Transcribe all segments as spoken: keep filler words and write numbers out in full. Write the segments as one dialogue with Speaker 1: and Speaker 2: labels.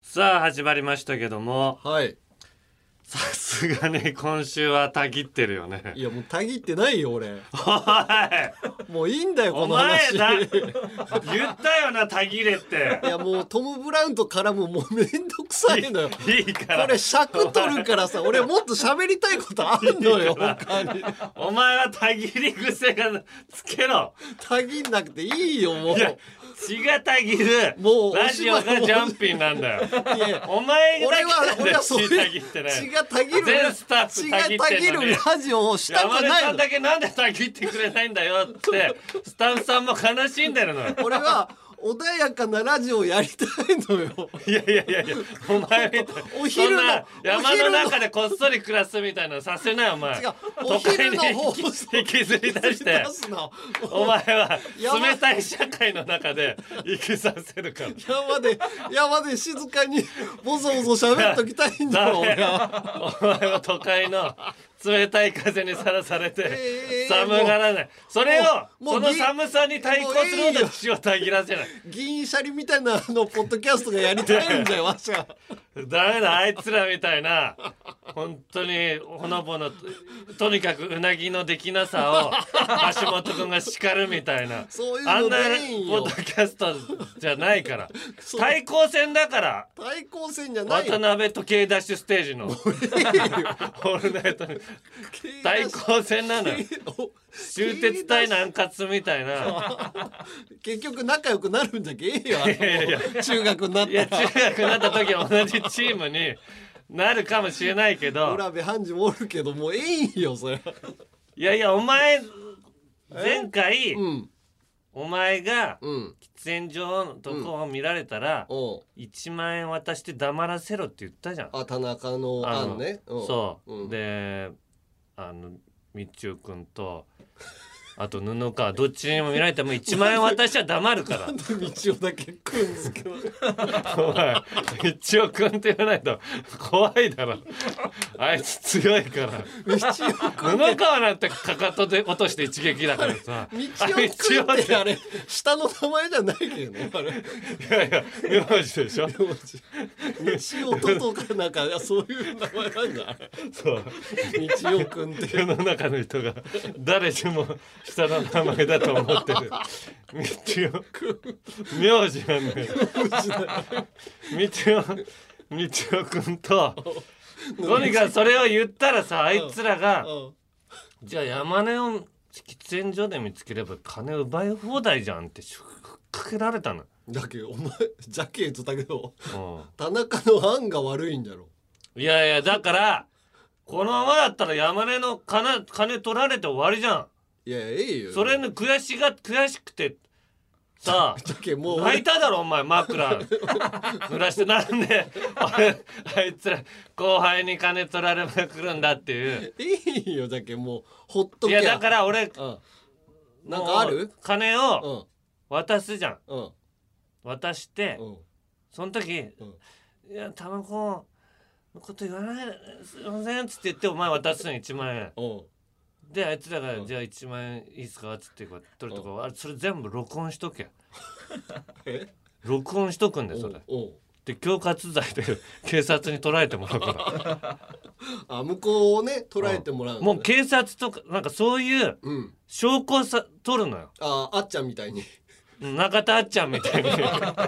Speaker 1: さあ始まりましたけども、
Speaker 2: はい。
Speaker 1: さすがに今週はたぎってるよね。
Speaker 2: いやもうたぎってないよ俺。
Speaker 1: おい
Speaker 2: もういいんだよこ
Speaker 1: お
Speaker 2: の話。
Speaker 1: 前だ言ったよな、たぎれって
Speaker 2: いやもうトム・ブラウンと絡むもうめんどくさいのよ。
Speaker 1: いいから
Speaker 2: これ尺取るからさ、俺もっと喋りたいことあんのよ他に。
Speaker 1: お前はたぎり癖がつけろ。
Speaker 2: たぎんなくていいよもう。
Speaker 1: いや血がたぎる
Speaker 2: もう
Speaker 1: ラジオがジャンピンなんだよ。
Speaker 2: いや
Speaker 1: お前だ
Speaker 2: 俺は
Speaker 1: け
Speaker 2: 俺はそう
Speaker 1: 血た
Speaker 2: いう
Speaker 1: ぎってない。
Speaker 2: 血がたぎる
Speaker 1: 全スタッフ
Speaker 2: 血
Speaker 1: たぎ
Speaker 2: がたぎ
Speaker 1: ってんのに
Speaker 2: るラジオをしたく
Speaker 1: 山根
Speaker 2: ないの。
Speaker 1: さんだけなんでたぎってくれないんだよってスタッフさんも悲しんでるのよ。
Speaker 2: 俺は穏やかなラジオをやりたいのよ。
Speaker 1: いやいやいやいや、お前みたい
Speaker 2: お昼の
Speaker 1: そんな山の中でこっそり暮らすみたいなのさせないお前。
Speaker 2: 違うお昼の放送
Speaker 1: 引きずり出して
Speaker 2: 出すな
Speaker 1: お前は
Speaker 2: 山
Speaker 1: 冷たい社会の中で生きさせるから
Speaker 2: 山で山で静かにボソボソ喋っときたいんだ
Speaker 1: ダ
Speaker 2: よ俺
Speaker 1: メ
Speaker 2: は。
Speaker 1: お前は都会の冷たい風にさらされて
Speaker 2: えー
Speaker 1: 寒がらない。それを
Speaker 2: もう
Speaker 1: その寒さに対抗するほど血をたぎらせない。
Speaker 2: 銀シャリみたいなあのポッドキャストがやりたいんだよわしは。
Speaker 1: ダメだ、あいつらみたいな本当にほのぼの と, とにかくうなぎのできなさを橋本君が叱るみたいな
Speaker 2: そういうの
Speaker 1: あんな
Speaker 2: でいいよ
Speaker 1: ポッドキャストじゃないから対抗戦だから
Speaker 2: 対抗戦じゃないよ。
Speaker 1: 渡辺と K ダッシュステージのオールナイトに対抗戦なのよ。終鉄対南葛みたいな。
Speaker 2: 結局仲良くなるんじゃけえよあの
Speaker 1: いやいや
Speaker 2: 中学になっ
Speaker 1: いや
Speaker 2: たら。
Speaker 1: 中学になった時は同じチームになるかもしれないけど、
Speaker 2: 浦部判事もおるけどもういいよそれ。
Speaker 1: いやいやお前前回
Speaker 2: うん
Speaker 1: お前が
Speaker 2: うん
Speaker 1: 喫煙所のとこを見られたら
Speaker 2: おう
Speaker 1: いちまん円渡して黙らせろって言ったじゃん。
Speaker 2: あ田中の
Speaker 1: あの
Speaker 2: 案ね。うん
Speaker 1: そう、
Speaker 2: うん
Speaker 1: であのみちおくんとあと布川どっちにも見られてもいちまん円渡しちゃ黙るから
Speaker 2: なんで道夫だけ食うんですけど。
Speaker 1: お前みちおくんって言わないと怖いだろあいつ強いから
Speaker 2: 道夫くん
Speaker 1: 布川なんてかかとで落として一撃だからさ
Speaker 2: 道夫くんってあれ下の名前じゃないけどねあれ。
Speaker 1: いやいや名字でしょ。
Speaker 2: 道夫とかなんかそういう名前なんじゃない。
Speaker 1: そう
Speaker 2: 道夫くんって
Speaker 1: 世の中の人が誰しも下の名前だと思ってるみちお名字なんだよ。みちおみちおくんととにかくそれを言ったらさあいつらが
Speaker 2: うん
Speaker 1: じゃあ山根を喫煙所で見つければ金奪い放題じゃんってふっかけられたの。
Speaker 2: だけどお前ジャケットだけど
Speaker 1: う
Speaker 2: 田中の案が悪いんだろ。
Speaker 1: んいやいやだからこのままだったら山根の金金取られて終わりじゃん。
Speaker 2: いやいいよ
Speaker 1: それの悔しが悔しくてさ
Speaker 2: だけもう
Speaker 1: 泣いただろお前枕濡らしてなんで俺あいつら後輩に金取られまくるんだっていう。
Speaker 2: いいよだけもうほっときゃ。
Speaker 1: いやだから俺
Speaker 2: うんなんかある
Speaker 1: もう金
Speaker 2: う
Speaker 1: を
Speaker 2: ん
Speaker 1: 渡すじゃん。
Speaker 2: うん
Speaker 1: 渡して
Speaker 2: うん
Speaker 1: その時
Speaker 2: うん
Speaker 1: いやタバコのこと言わないですいませんっつって言ってお前渡すのいちまん円
Speaker 2: うん
Speaker 1: であいつらが
Speaker 2: うん
Speaker 1: じゃあいちまん円いいっすかっつってこう取るとかあれそれ全部録音しとけ。
Speaker 2: え
Speaker 1: 録音しとくんだよそれ
Speaker 2: おう
Speaker 1: で恐喝罪で警察に捕らえてもらうから
Speaker 2: あ向こうをね捉えてもらうのね。
Speaker 1: もう警察とかなんかそういう
Speaker 2: うん
Speaker 1: 証拠をさ取るのよ。
Speaker 2: ああっちゃんみたいに。
Speaker 1: 中田あっちゃんみたいに今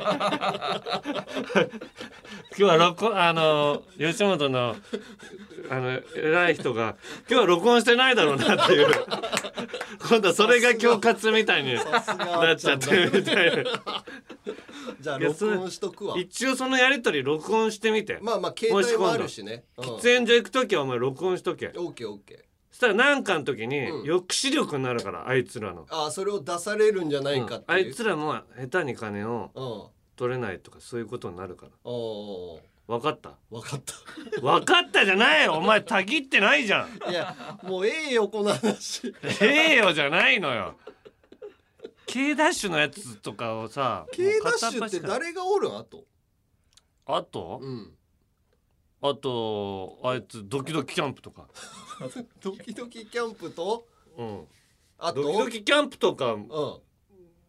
Speaker 1: 日は録音あの吉本のあの偉い人が今日は録音してないだろうなっていう今度はそれが恐喝みたいに
Speaker 2: さすが
Speaker 1: なっちゃっ
Speaker 2: あっちゃんだ
Speaker 1: てるみたいな。
Speaker 2: じゃあ
Speaker 1: いやそれ
Speaker 2: 録音しとくわ。
Speaker 1: 一応そのやり取り録音してみて。
Speaker 2: まあまあ携帯もあるしね。うん
Speaker 1: 喫煙所行く時はお前録音しとけ。
Speaker 2: オッケーオッケー。
Speaker 1: そしたら何かの時に
Speaker 2: うん
Speaker 1: 抑止力になるからあいつらの、
Speaker 2: あそれを出されるんじゃないかっていう。
Speaker 1: あいつらも下手に金を
Speaker 2: うん
Speaker 1: 取れないとかそういうことになるから。
Speaker 2: おー
Speaker 1: 分かった
Speaker 2: 分かった
Speaker 1: 分かったじゃないよお前たぎってないじゃん。
Speaker 2: いやもうええよこの話。
Speaker 1: ええよじゃないのよ。 K ダッシュのやつとかをさ
Speaker 2: K ダッシュって
Speaker 1: もう片っ端から
Speaker 2: 誰がおるんあと。
Speaker 1: あと、
Speaker 2: うん
Speaker 1: あとあいつドキドキキャンプとか
Speaker 2: ドキドキキャンプと
Speaker 1: うん
Speaker 2: あと
Speaker 1: ドキドキキャンプとか
Speaker 2: うん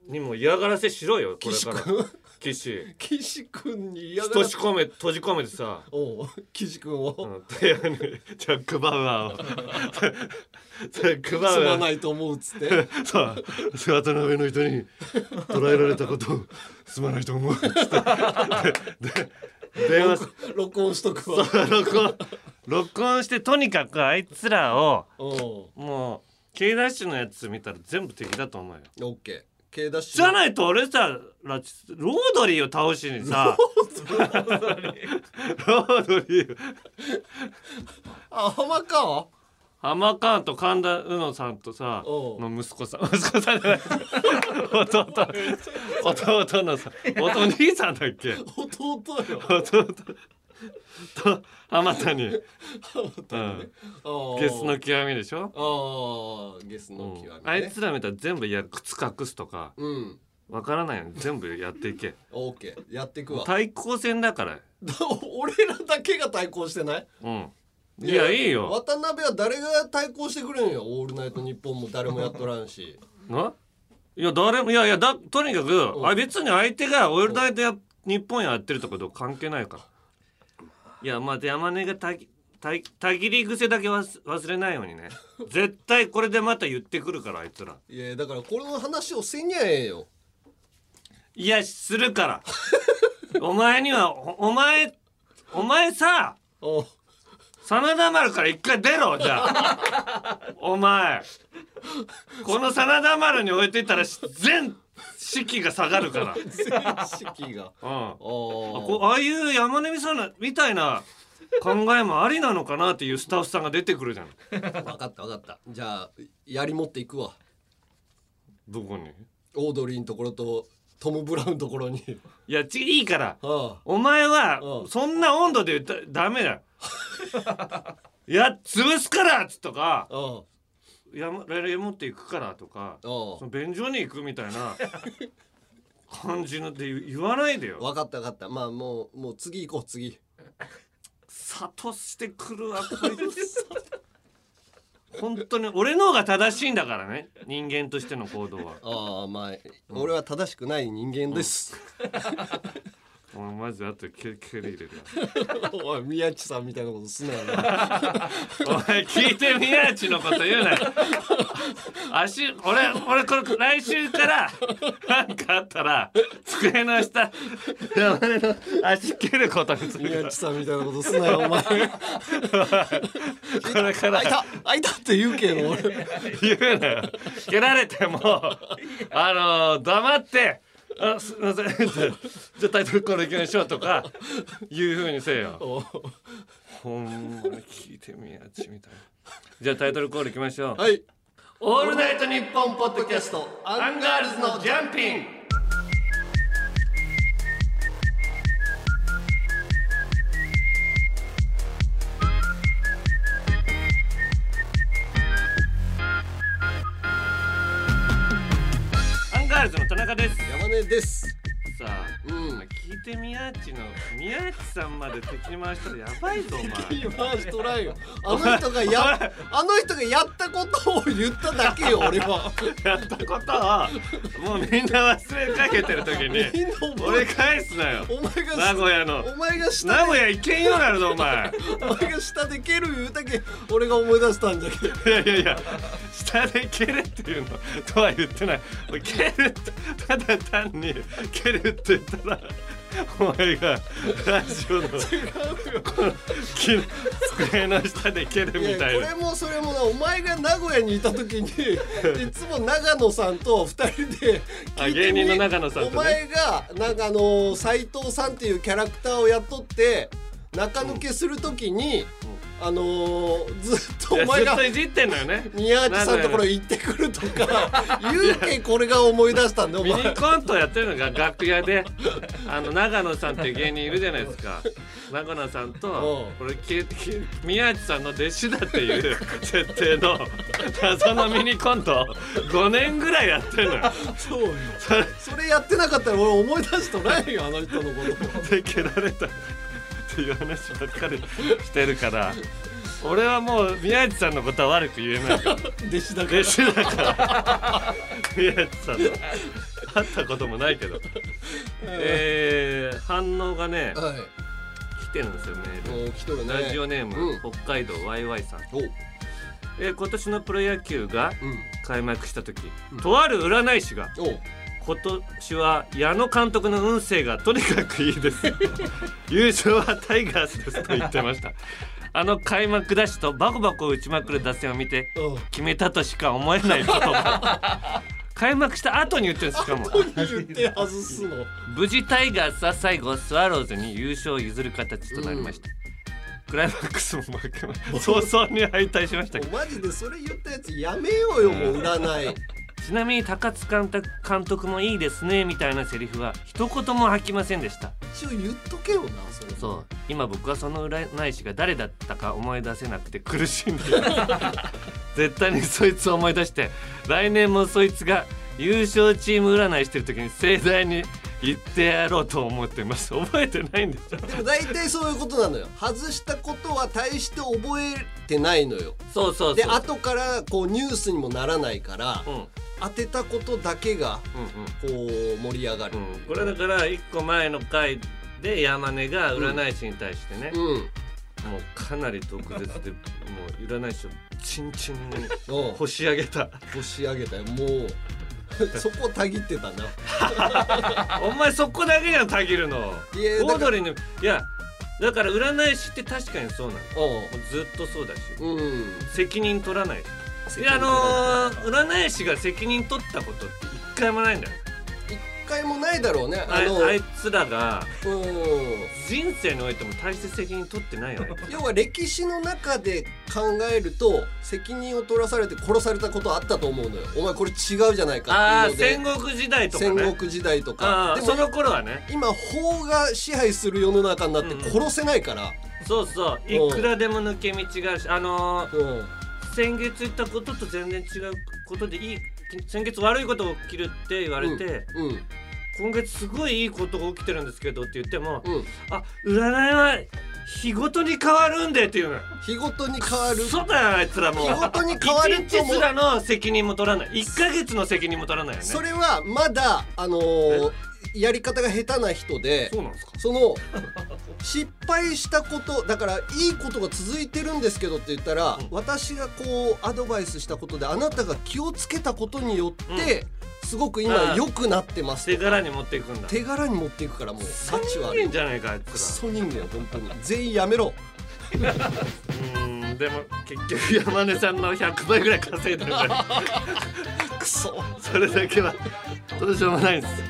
Speaker 1: にも嫌がらせしろよこれ
Speaker 2: 岸
Speaker 1: から
Speaker 2: 君
Speaker 1: 岸
Speaker 2: 岸君に嫌が
Speaker 1: 閉
Speaker 2: ら
Speaker 1: じ込め閉じ込めてさ、
Speaker 2: おう岸君を、
Speaker 1: うん、であのジャック・バウアーをジャック・バ
Speaker 2: す
Speaker 1: ウアー
Speaker 2: まないと思うっつって
Speaker 1: さあ渡辺の人に捉えられたことすまないと思うっつってで電話
Speaker 2: 録音しとくわ。
Speaker 1: 録音録音してとにかくあいつらを
Speaker 2: おう
Speaker 1: もう K ダッシュのやつ見たら全部敵だと思うよ。
Speaker 2: オッケー K ダッシュ
Speaker 1: じゃないと俺さロードリーを倒しにさロードリー
Speaker 2: あ浜か
Speaker 1: ハマカーンと神田うのさんとさ
Speaker 2: おう
Speaker 1: の息子さん息子さんじゃない弟弟のさお兄さんだっけ
Speaker 2: 弟よ
Speaker 1: 弟と浜谷、うん、
Speaker 2: あ
Speaker 1: ゲスの極みでしょ。
Speaker 2: ああゲスの極み、ね
Speaker 1: うん、あいつら見たら全部やる靴隠すとか、
Speaker 2: うん、
Speaker 1: わからないように全部やっていけ。
Speaker 2: オッケーやっていくわ。
Speaker 1: 対抗戦だから
Speaker 2: 俺らだけが対抗してない？
Speaker 1: うんいやいいよ。
Speaker 2: 渡辺は誰が対抗してくれんよ。オールナイトニッポンも誰もやっとらんし
Speaker 1: ないや誰もいやいやだとにかくあ別に相手がオールナイトや日本やってるとかと関係ないから。いやまあ山根がたたたぎり癖だけ忘忘れないようにね絶対これでまた言ってくるからあいつら。
Speaker 2: いやだからこの話をせんにゃええよ。
Speaker 1: いやするからお前には お, お前お前さ
Speaker 2: お
Speaker 1: 真田丸から一回出ろじゃあお前この真田丸に置いていったら全士気が下がるから
Speaker 2: 全士気が、
Speaker 1: うん、あこああいう山根さんみたいな考えもありなのかなっていうスタッフさんが出てくるじゃん。
Speaker 2: 分かった分かった。じゃあやり持っていくわ。
Speaker 1: どこに？
Speaker 2: オードリーのところとトム・ブラウンのところに。
Speaker 1: いやちいいから、
Speaker 2: ああ
Speaker 1: お前は
Speaker 2: ああ
Speaker 1: そんな温度で言ったらダメだよいや潰すからっつとか
Speaker 2: ああ
Speaker 1: ややり持っていくからとかその便所に行くみたいな感じので言わないでよ。
Speaker 2: 分かった分かった。まあもうもう次行こう次。
Speaker 1: 諭してくるわこいつ本当に俺の方が正しいんだからね人間としての行動は。
Speaker 2: ああまあ、うん、俺は正しくない人間です、
Speaker 1: うん、お前マジであと蹴り入れる
Speaker 2: おい宮地さんみたいなことすなよ
Speaker 1: お前聞いて宮地のこと言うなよ足俺俺これ来週からなんかあったら机の下山根の足蹴ることにする
Speaker 2: 宮地さんみたいなことすなよお前こ
Speaker 1: れから
Speaker 2: 開いた開いたって言うけど俺
Speaker 1: 言うなよ蹴られてもあのー、黙ってあすみませんじゃあタイトルコールいきましょうとかいう風にせよほんまに聞いてみやちみたいな。じゃあタイトルコールいきましょう。
Speaker 2: はい
Speaker 1: オールナイトニッポンポッドキャストアンガールズのジャンピン。アンガールズの田中です。
Speaker 2: 山根です。
Speaker 1: さあ、うん、聞いて宮地の宮地さんまで敵回したらやばいぞお前。
Speaker 2: 敵回しとらんよ。あの人がやあの人がやったことを言っただけよ俺は。
Speaker 1: やったことをもうみんな忘れかけてる時に俺返すなよ。
Speaker 2: お前が
Speaker 1: 名古屋の
Speaker 2: お前が下で
Speaker 1: 名古屋行けんようになるぞお前。
Speaker 2: お前が下で蹴る言うだけ俺が思い出したんだけど。
Speaker 1: いやいやいや下で蹴れっていうのとは言ってない。蹴るってただ単に蹴るって言ったらお前がラジオの机の下で蹴るみたいな。
Speaker 2: いやこれもそれもなお前が名古屋にいた時にいつも長野さんとふたりで
Speaker 1: あ芸人の長野さんと、ね、
Speaker 2: お前がなんかあの斉藤さんっていうキャラクターを雇って中抜けする時に、うんあのー、ずっとお前が
Speaker 1: ずっといじってんのよね
Speaker 2: 宮地さんのところ行ってくるとか言うけこれが思い出したんだお
Speaker 1: ミ
Speaker 2: 前
Speaker 1: ニコントやってるのが楽屋であの長野さんっていう芸人いるじゃないですか。長野さんとこれ宮地さんの弟子だっていう設定の謎のミニコントごねんぐらいやってんのよ。
Speaker 2: そうよそれ、それやってなかったら俺思い出しとないよあの人のこと
Speaker 1: で蹴られたっていう話ばっかりしてるから俺はもう宮地さんのことは悪く言えないから
Speaker 2: 弟子だから
Speaker 1: 弟子だから宮地さんの会ったこともないけどえー、反応がね、
Speaker 2: はい、
Speaker 1: 来てるんですよメール。
Speaker 2: 来とるね。
Speaker 1: ラジオネーム、
Speaker 2: うん、
Speaker 1: 北海道ワイワイさん。
Speaker 2: お、
Speaker 1: えー、今年のプロ野球が開幕した時、
Speaker 2: うん、
Speaker 1: とある占い師が、
Speaker 2: お、
Speaker 1: 今年は矢野監督の運勢がとにかくいいです優勝はタイガースですと言ってました。あの開幕ダッシュとバコバコ打ちまくる打線を見て決めたとしか思えないことが開幕した後に言ってるんです。しかも
Speaker 2: 後に言って外すの。
Speaker 1: 無事タイガースは最後スワローズに優勝を譲る形となりました、うん、クライマックスも負けました早々に敗退しましたけど
Speaker 2: マジでそれ言ったやつやめようよ、もう占い
Speaker 1: ちなみに高津監督、監督もいいですねみたいなセリフは一言も吐きませんでした。
Speaker 2: 一応言っとけよな。それ
Speaker 1: そう、今僕はその占い師が誰だったか思い出せなくて苦しんでいます絶対にそいつを思い出して来年もそいつが優勝チーム占いしてる時に盛大に言ってやろうと思ってます。覚えてないんですよ。
Speaker 2: でも大体そういうことなのよ。外したことは大して覚えてないのよ。
Speaker 1: そうそうそう。
Speaker 2: で後からこうニュースにもならないから、うん、当てたことだけがこう盛り上がる、
Speaker 1: うんうん、これだからいっこまえの回で山根が占い師に対してね、うんうん、もうかなり毒舌でもう占い師をチンチンに干し上げた
Speaker 2: 干し上げたよ。もうそこたぎってたな
Speaker 1: お前そこだけじゃんたぎるの。いやオードリーにいやだから占い師って確かにそうなの。ずっとそうだし、うん、責任取らないし。いやあのー、占い師が責任取ったことって一回もないんだよ。
Speaker 2: 一回もないだろうね。
Speaker 1: あの あ, あいつらが人生においても大して責任取ってないよね
Speaker 2: 要は歴史の中で考えると責任を取らされて殺されたことあったと思うのよ。お前これ違うじゃないかっていうので。
Speaker 1: あ戦国時代とかね。
Speaker 2: 戦国時代とか。
Speaker 1: でもその頃はね
Speaker 2: 今法が支配する世の中になって殺せないから、
Speaker 1: うん、そうそういくらでも抜け道があるし、あのーうん先月言ったことと全然違うことでいい先月悪いことが起きるって言われて、うんうん、今月すごいいいことが起きてるんですけどって言っても、うん、あ占いは日ごとに変わるんでっていうの。
Speaker 2: 日ごとに変わる。
Speaker 1: そうだよあいつらもう
Speaker 2: 日ごとに変わると
Speaker 1: いちにちすらの責任も取らない。いっかげつの責任も取らないよね。
Speaker 2: それはまだあのー、やり方が下手な人で、
Speaker 1: そうなんですか。
Speaker 2: その失敗したことだからいいことが続いてるんですけどって言ったら、うん、私がこうアドバイスしたことであなたが気をつけたことによって、うん、すごく今良くなってますとか。
Speaker 1: 手柄に持っていくんだ。
Speaker 2: 手柄に持っていくからもう
Speaker 1: クソ人間じゃないかあいつら。
Speaker 2: クソ人間本当に全員やめろ
Speaker 1: うんでも結局山根さんのひゃくばいぐらい稼いでるから
Speaker 2: クソ
Speaker 1: それだけはどうしようもないんです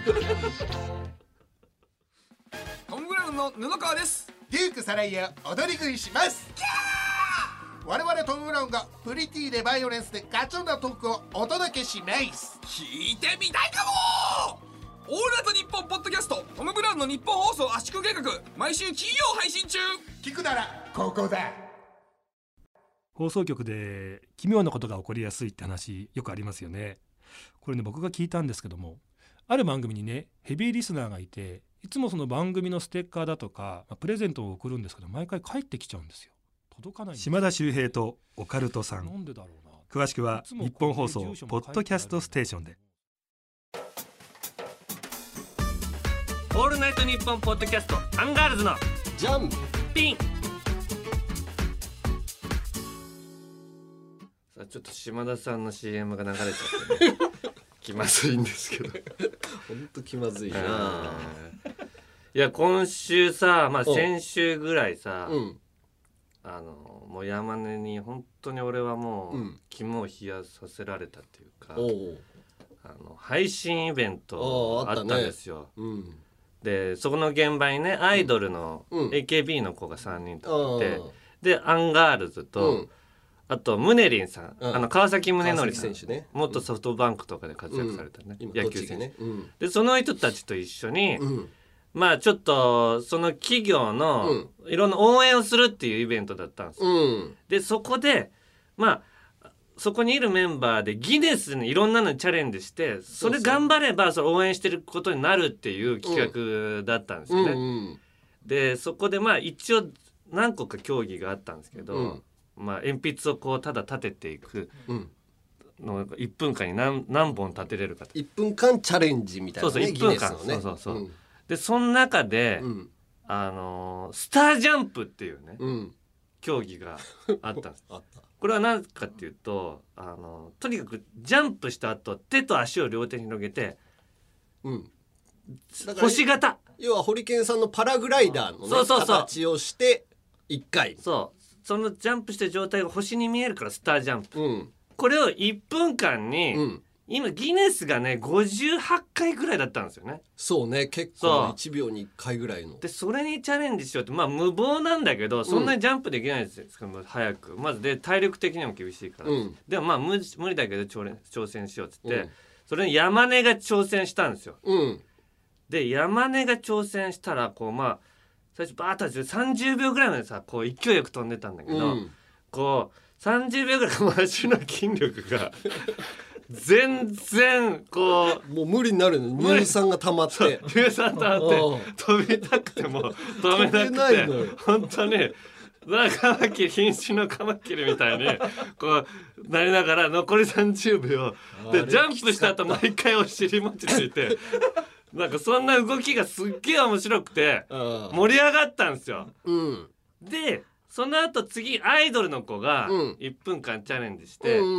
Speaker 3: トム・ブラウンの布川です。
Speaker 4: デュークサライヤ踊り食いします。我々トム・ブラウンがプリティでバイオレンスでガチョンなトークをお届けします。
Speaker 3: 聞いてみたいかも。オールナイトニッポンポッドキャストトム・ブラウンの日本放送圧縮計画毎週金曜配信中。
Speaker 4: 聞くならここだ。
Speaker 5: 放送局で奇妙なことが起こりやすいって話よくありますよね。これね僕が聞いたんですけども、ある番組にねヘビーリスナーがいて、いつもその番組のステッカーだとか、まあ、プレゼントを送るんですけど毎回帰ってきちゃうんですよ。届かないんです。
Speaker 6: 島田秀平とオカルトさん。
Speaker 5: なんでだろうな。
Speaker 6: 詳しくは日本放送ポッドキャストステーションで。
Speaker 1: オールナイトニッポンポッドキャストアンガールズの
Speaker 2: ジャン
Speaker 1: ピン。さあちょっと島田さんの シーエム が流れちゃってね気まずいんですけど
Speaker 2: ほんと気まずいな。
Speaker 1: いや今週さ、まあ、先週ぐらいさ、
Speaker 2: うん、
Speaker 1: あのもう山根に本当に俺はもう、うん、肝を冷やさせられたっていうか、あの配信イベントあったんですよ。あ、ね、うん、でそこの現場にねアイドルの エーケービー の子がさんにんとって、うん、でアンガールズと、うん、あとムネリンさん、うん、あの川崎宗則さん、ね、元ソフトバンクとかで活躍されたね、うん、野球選手、ね、うん、でその人たちと一緒に、うん、まあちょっとその企業のいろんな応援をするっていうイベントだったんですよ、うん、でそこでまあそこにいるメンバーでギネスにいろんなのにチャレンジしてそれ頑張ればそれ応援してることになるっていう企画だったんですよね、うんうん、でそこでまあ一応何個か競技があったんですけど、うん、まあ、鉛筆をこうただ立てていく、うん、 のいっぷんかんに 何, 何本立てれるかと。
Speaker 2: いっぷんかんチャレンジみたいなね。
Speaker 1: そうそういっぷんかん、
Speaker 2: ギネスのね。
Speaker 1: そうそうそう、
Speaker 2: うん
Speaker 1: でその中で、
Speaker 2: うん、
Speaker 1: あのースタージャンプっていうね、
Speaker 2: うん、
Speaker 1: 競技があったんです
Speaker 2: あった
Speaker 1: これは何かっていうと、あのーとにかくジャンプした後手と足を両手に広げて、
Speaker 2: うん、だから
Speaker 1: 星型、
Speaker 2: 要はホリケンさんのパラグライダーの、ね、
Speaker 1: そうそうそう
Speaker 2: 形をしていっかい、
Speaker 1: そうそのジャンプした状態が星に見えるからスタージャンプ、
Speaker 2: うん、
Speaker 1: これをいっぷんかんに、
Speaker 2: うん、
Speaker 1: 今ギネスがねごじゅうはちかいぐらいだったんですよね。
Speaker 2: そうね、結構いちびょうにいっかいぐらいの。
Speaker 1: でそれにチャレンジしようって、まあ無謀なんだけどそんなにジャンプできないですよ、うん、早くまずで体力的にも厳しいから、うん、でもまあ無無理だけど挑挑戦しようっつって、うん、それに山根が挑戦したんですよ、うん、で山根が挑戦したらこうまあ最初バーッとさんじゅうびょうぐらいまでさこう勢いよく飛んでたんだけど、うん、こうさんじゅうびょうぐらい足の筋力が全然こ
Speaker 2: うもう無理になるの、乳酸が溜まって
Speaker 1: 乳酸溜まって飛びたくても飛べなくて本当にカマキリ瀕死のカマキリみたいにこうなりながら残りさんじゅうびょうでジャンプした後毎回お尻持ちついてなんかそんな動きがすっげえ面白くて盛り上がったんですよ、うん、でその後次アイドルの子がいっぷんかんチャレンジして、うん、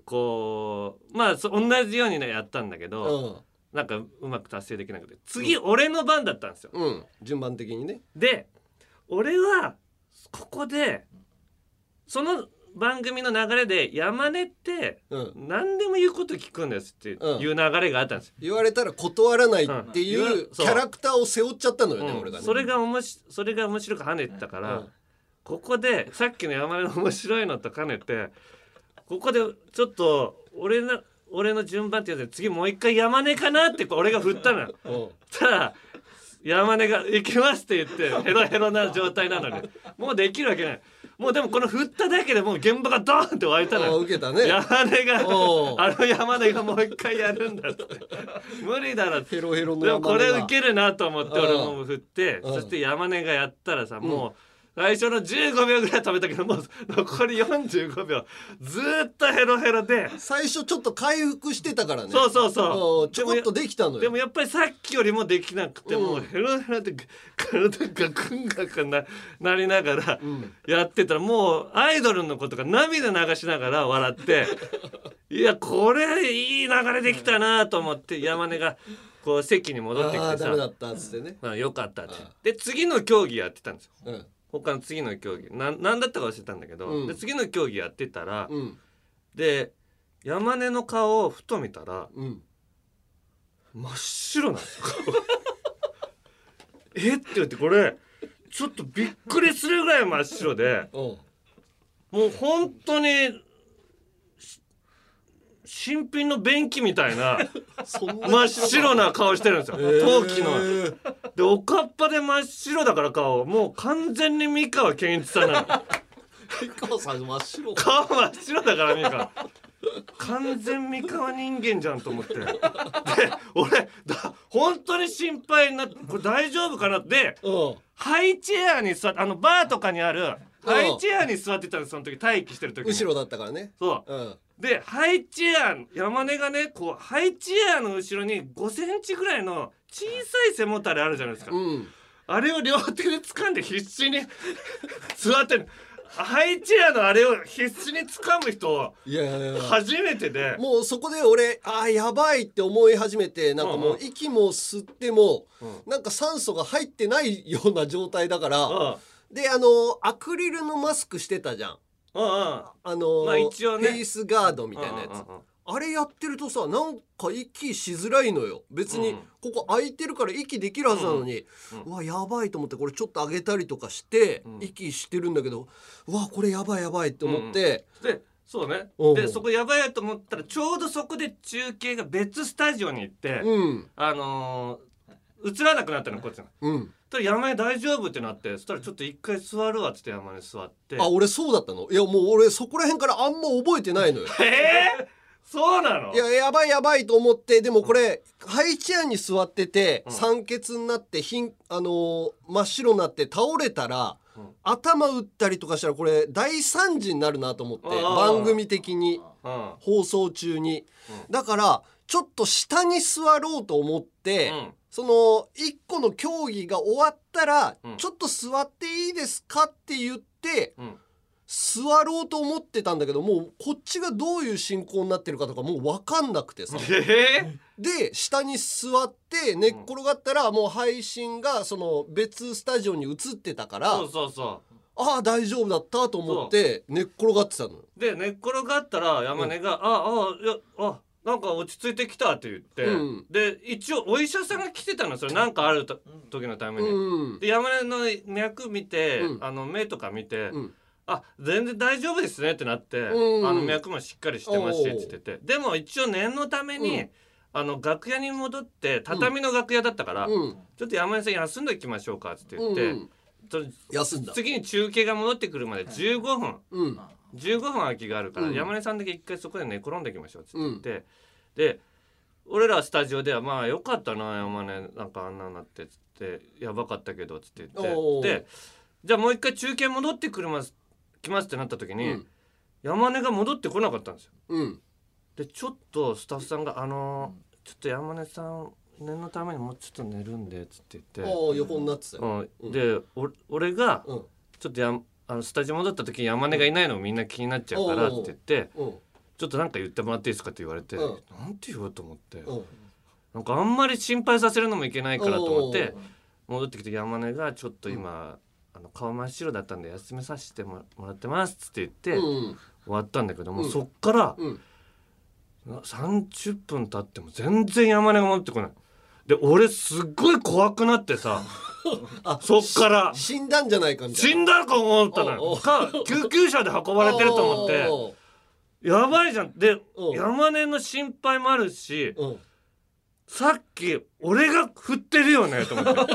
Speaker 1: こうまあ同じようにねやったんだけど、うん、なんかうまく達成できなくて次、うん、俺の番だったんですよ、うん、
Speaker 2: 順番的にね。
Speaker 1: で俺はここでその番組の流れで山根って何でも言うこと聞くんですっていう流れがあったんですよ、
Speaker 2: うん、言われたら断らないっていうキャラクターを背負っちゃったのよね、
Speaker 1: うん、
Speaker 2: 俺がね。
Speaker 1: それがおもしそれが面白く跳ねてたから、うん、ここでさっきの山根の面白いのと兼ねてここでちょっと俺の俺の順番って言うと次もう一回山根かなって俺が振ったのよ。ただ山根が行きますって言ってヘロヘロな状態なのにもうできるわけない。もうでもこの振っただけでもう現場がドーンって湧いたのよ。
Speaker 2: 受けたね。
Speaker 1: 山根があの山根がもう一回やるんだって無理だろ。
Speaker 2: ヘロヘロの
Speaker 1: 山根がでもこれ受けるなと思って俺も振ってそして山根がやったらさもう最初のじゅうごびょうぐらい食べたけどもう残りよんじゅうごびょうずっとヘロヘロで
Speaker 2: 最初ちょっと回復してたからね。
Speaker 1: そうそうそう
Speaker 2: ちょこっとできたのよ。
Speaker 1: でもやっぱりさっきよりもできなくて、うん、もうヘロヘロで体がグンガクななりながらやってたらもうアイドルの子とか涙流しながら笑っていやこれいい流れできたなと思って山根がこう席に戻ってきてさ
Speaker 2: あダメだったっつってね、
Speaker 1: まあ、よかったってで次の競技やってたんですよ、うん他の次の競技な何だったか忘れたんだけど、うん、で次の競技やってたら、うん、で山根の顔をふと見たら、うん、真っ白なんですよえって言ってこれちょっとびっくりするぐらい真っ白でもう本当に新品の便器みたいな真っ白な顔してるんですよ、えー、陶器のでおかっぱで真っ白だから顔もう完全に三河健一さんなの
Speaker 2: 三河さん真っ白
Speaker 1: 顔真っ白だから三河完全三河人間じゃんと思ってで俺だ本当に心配になってこれ大丈夫かなってハイチェアに座ってあのバーとかにあるハイチェアに座ってたんですその時待機してる時
Speaker 2: 後ろだったからね
Speaker 1: そう、うんでハイチェア山根がねこうハイチェアの後ろにごセンチぐらいの小さい背もたれあるじゃないですか、うん、あれを両手で掴んで必死に座ってるハイチェアのあれを必死に掴む人いやいやいや初めてで
Speaker 2: もうそこで俺あーやばいって思い始めてなんかもう息も吸っても、うん、なんか酸素が入ってないような状態だから、うん、であのアクリルのマスクしてたじゃん
Speaker 1: うんうん、
Speaker 2: あのーまあ一応ね、フェイスガードみたいなやつ、うんうんうん、あれやってるとさなんか息しづらいのよ別にここ空いてるから息できるはずなのに、うんうん、うわやばいと思ってこれちょっと上げたりとかして、うん、息してるんだけどうわこれやばいやばいって思って、
Speaker 1: うんうん、でそうね、うん、でそこやばいと思ったらちょうどそこで中継が別スタジオに行って、うん、あのー、映らなくなったのこっちが。うん山根大丈夫ってなってそしたらちょっと一回座るわっつって山根座って
Speaker 2: あ俺そうだったのいやもう俺そこら辺からあんま覚えてないのよ
Speaker 1: えー、そうなの
Speaker 2: いややばいやばいと思ってでもこれ、うん、ハイチェアに座ってて、うん、酸欠になってひん、あのー、真っ白になって倒れたら、うん、頭打ったりとかしたらこれ大惨事になるなと思って番組的に
Speaker 1: うん、
Speaker 2: 放送中に、うん、だからちょっと下に座ろうと思って、うん、そのいっこの競技が終わったら、うん、ちょっと座っていいですかって言って、うん、座ろうと思ってたんだけど、もうこっちがどういう進行になってるかとかもう分かんなくてさ、
Speaker 1: え
Speaker 2: ー、で下に座って寝っ転がったらもう配信がその別スタジオに移ってたから、
Speaker 1: そうそうそう、
Speaker 2: ああ大丈夫だったと思って寝っ転がってたの
Speaker 1: で、寝っ転がったら山根が、うん、ああいやあなんか落ち着いてきたって言って、うん、で一応お医者さんが来てたの、それなんかある時のために、うん、で山根の脈見て、うん、あの目とか見て、うん、あ全然大丈夫ですねってなって、うん、あの脈もしっかりしてますしって言ってて、でも一応念のために、うん、あの楽屋に戻って畳の楽屋だったから、うん、ちょっと山根さん休んでいきましょうかって言って、うん
Speaker 2: 休んだ。
Speaker 1: 次に中継が戻ってくるまでじゅうごふん、うん、じゅうごふん空きがあるから、うん、山根さんだけ一回そこで寝転んでいきましょうって言って、うん、で俺らスタジオではまあよかったな山根なんかあんなになってつってやばかったけどつって言って、でじゃあもう一回中継戻ってくるます来ますってなった時に、うん、山根が戻ってこなかったんですよ、うん、でちょっとスタッフさんがあのー、ちょっと山根さん念のためにもうちょっと寝るんでつって言って、
Speaker 2: あ横になってたよ、
Speaker 1: うん、で俺がちょっとやあのスタジオ戻った時に山根がいないのみんな気になっちゃうからって言って、ちょっとなんか言ってもらっていいですかって言われて、なんて言おうと思って、なんかあんまり心配させるのもいけないからと思って戻ってきて、山根がちょっと今あの顔真っ白だったんで休めさせてもらってますって言って終わったんだけども、そっからさんじゅっぷん経っても全然山根が戻ってこないで、俺すっごい怖くなってさあそっから
Speaker 2: 死んだんじゃないかみたいな、
Speaker 1: 死んだか思ったのか救急車で運ばれてると思ってやばいじゃんで、山根の心配もあるし、さっき俺が振ってるよねと思って俺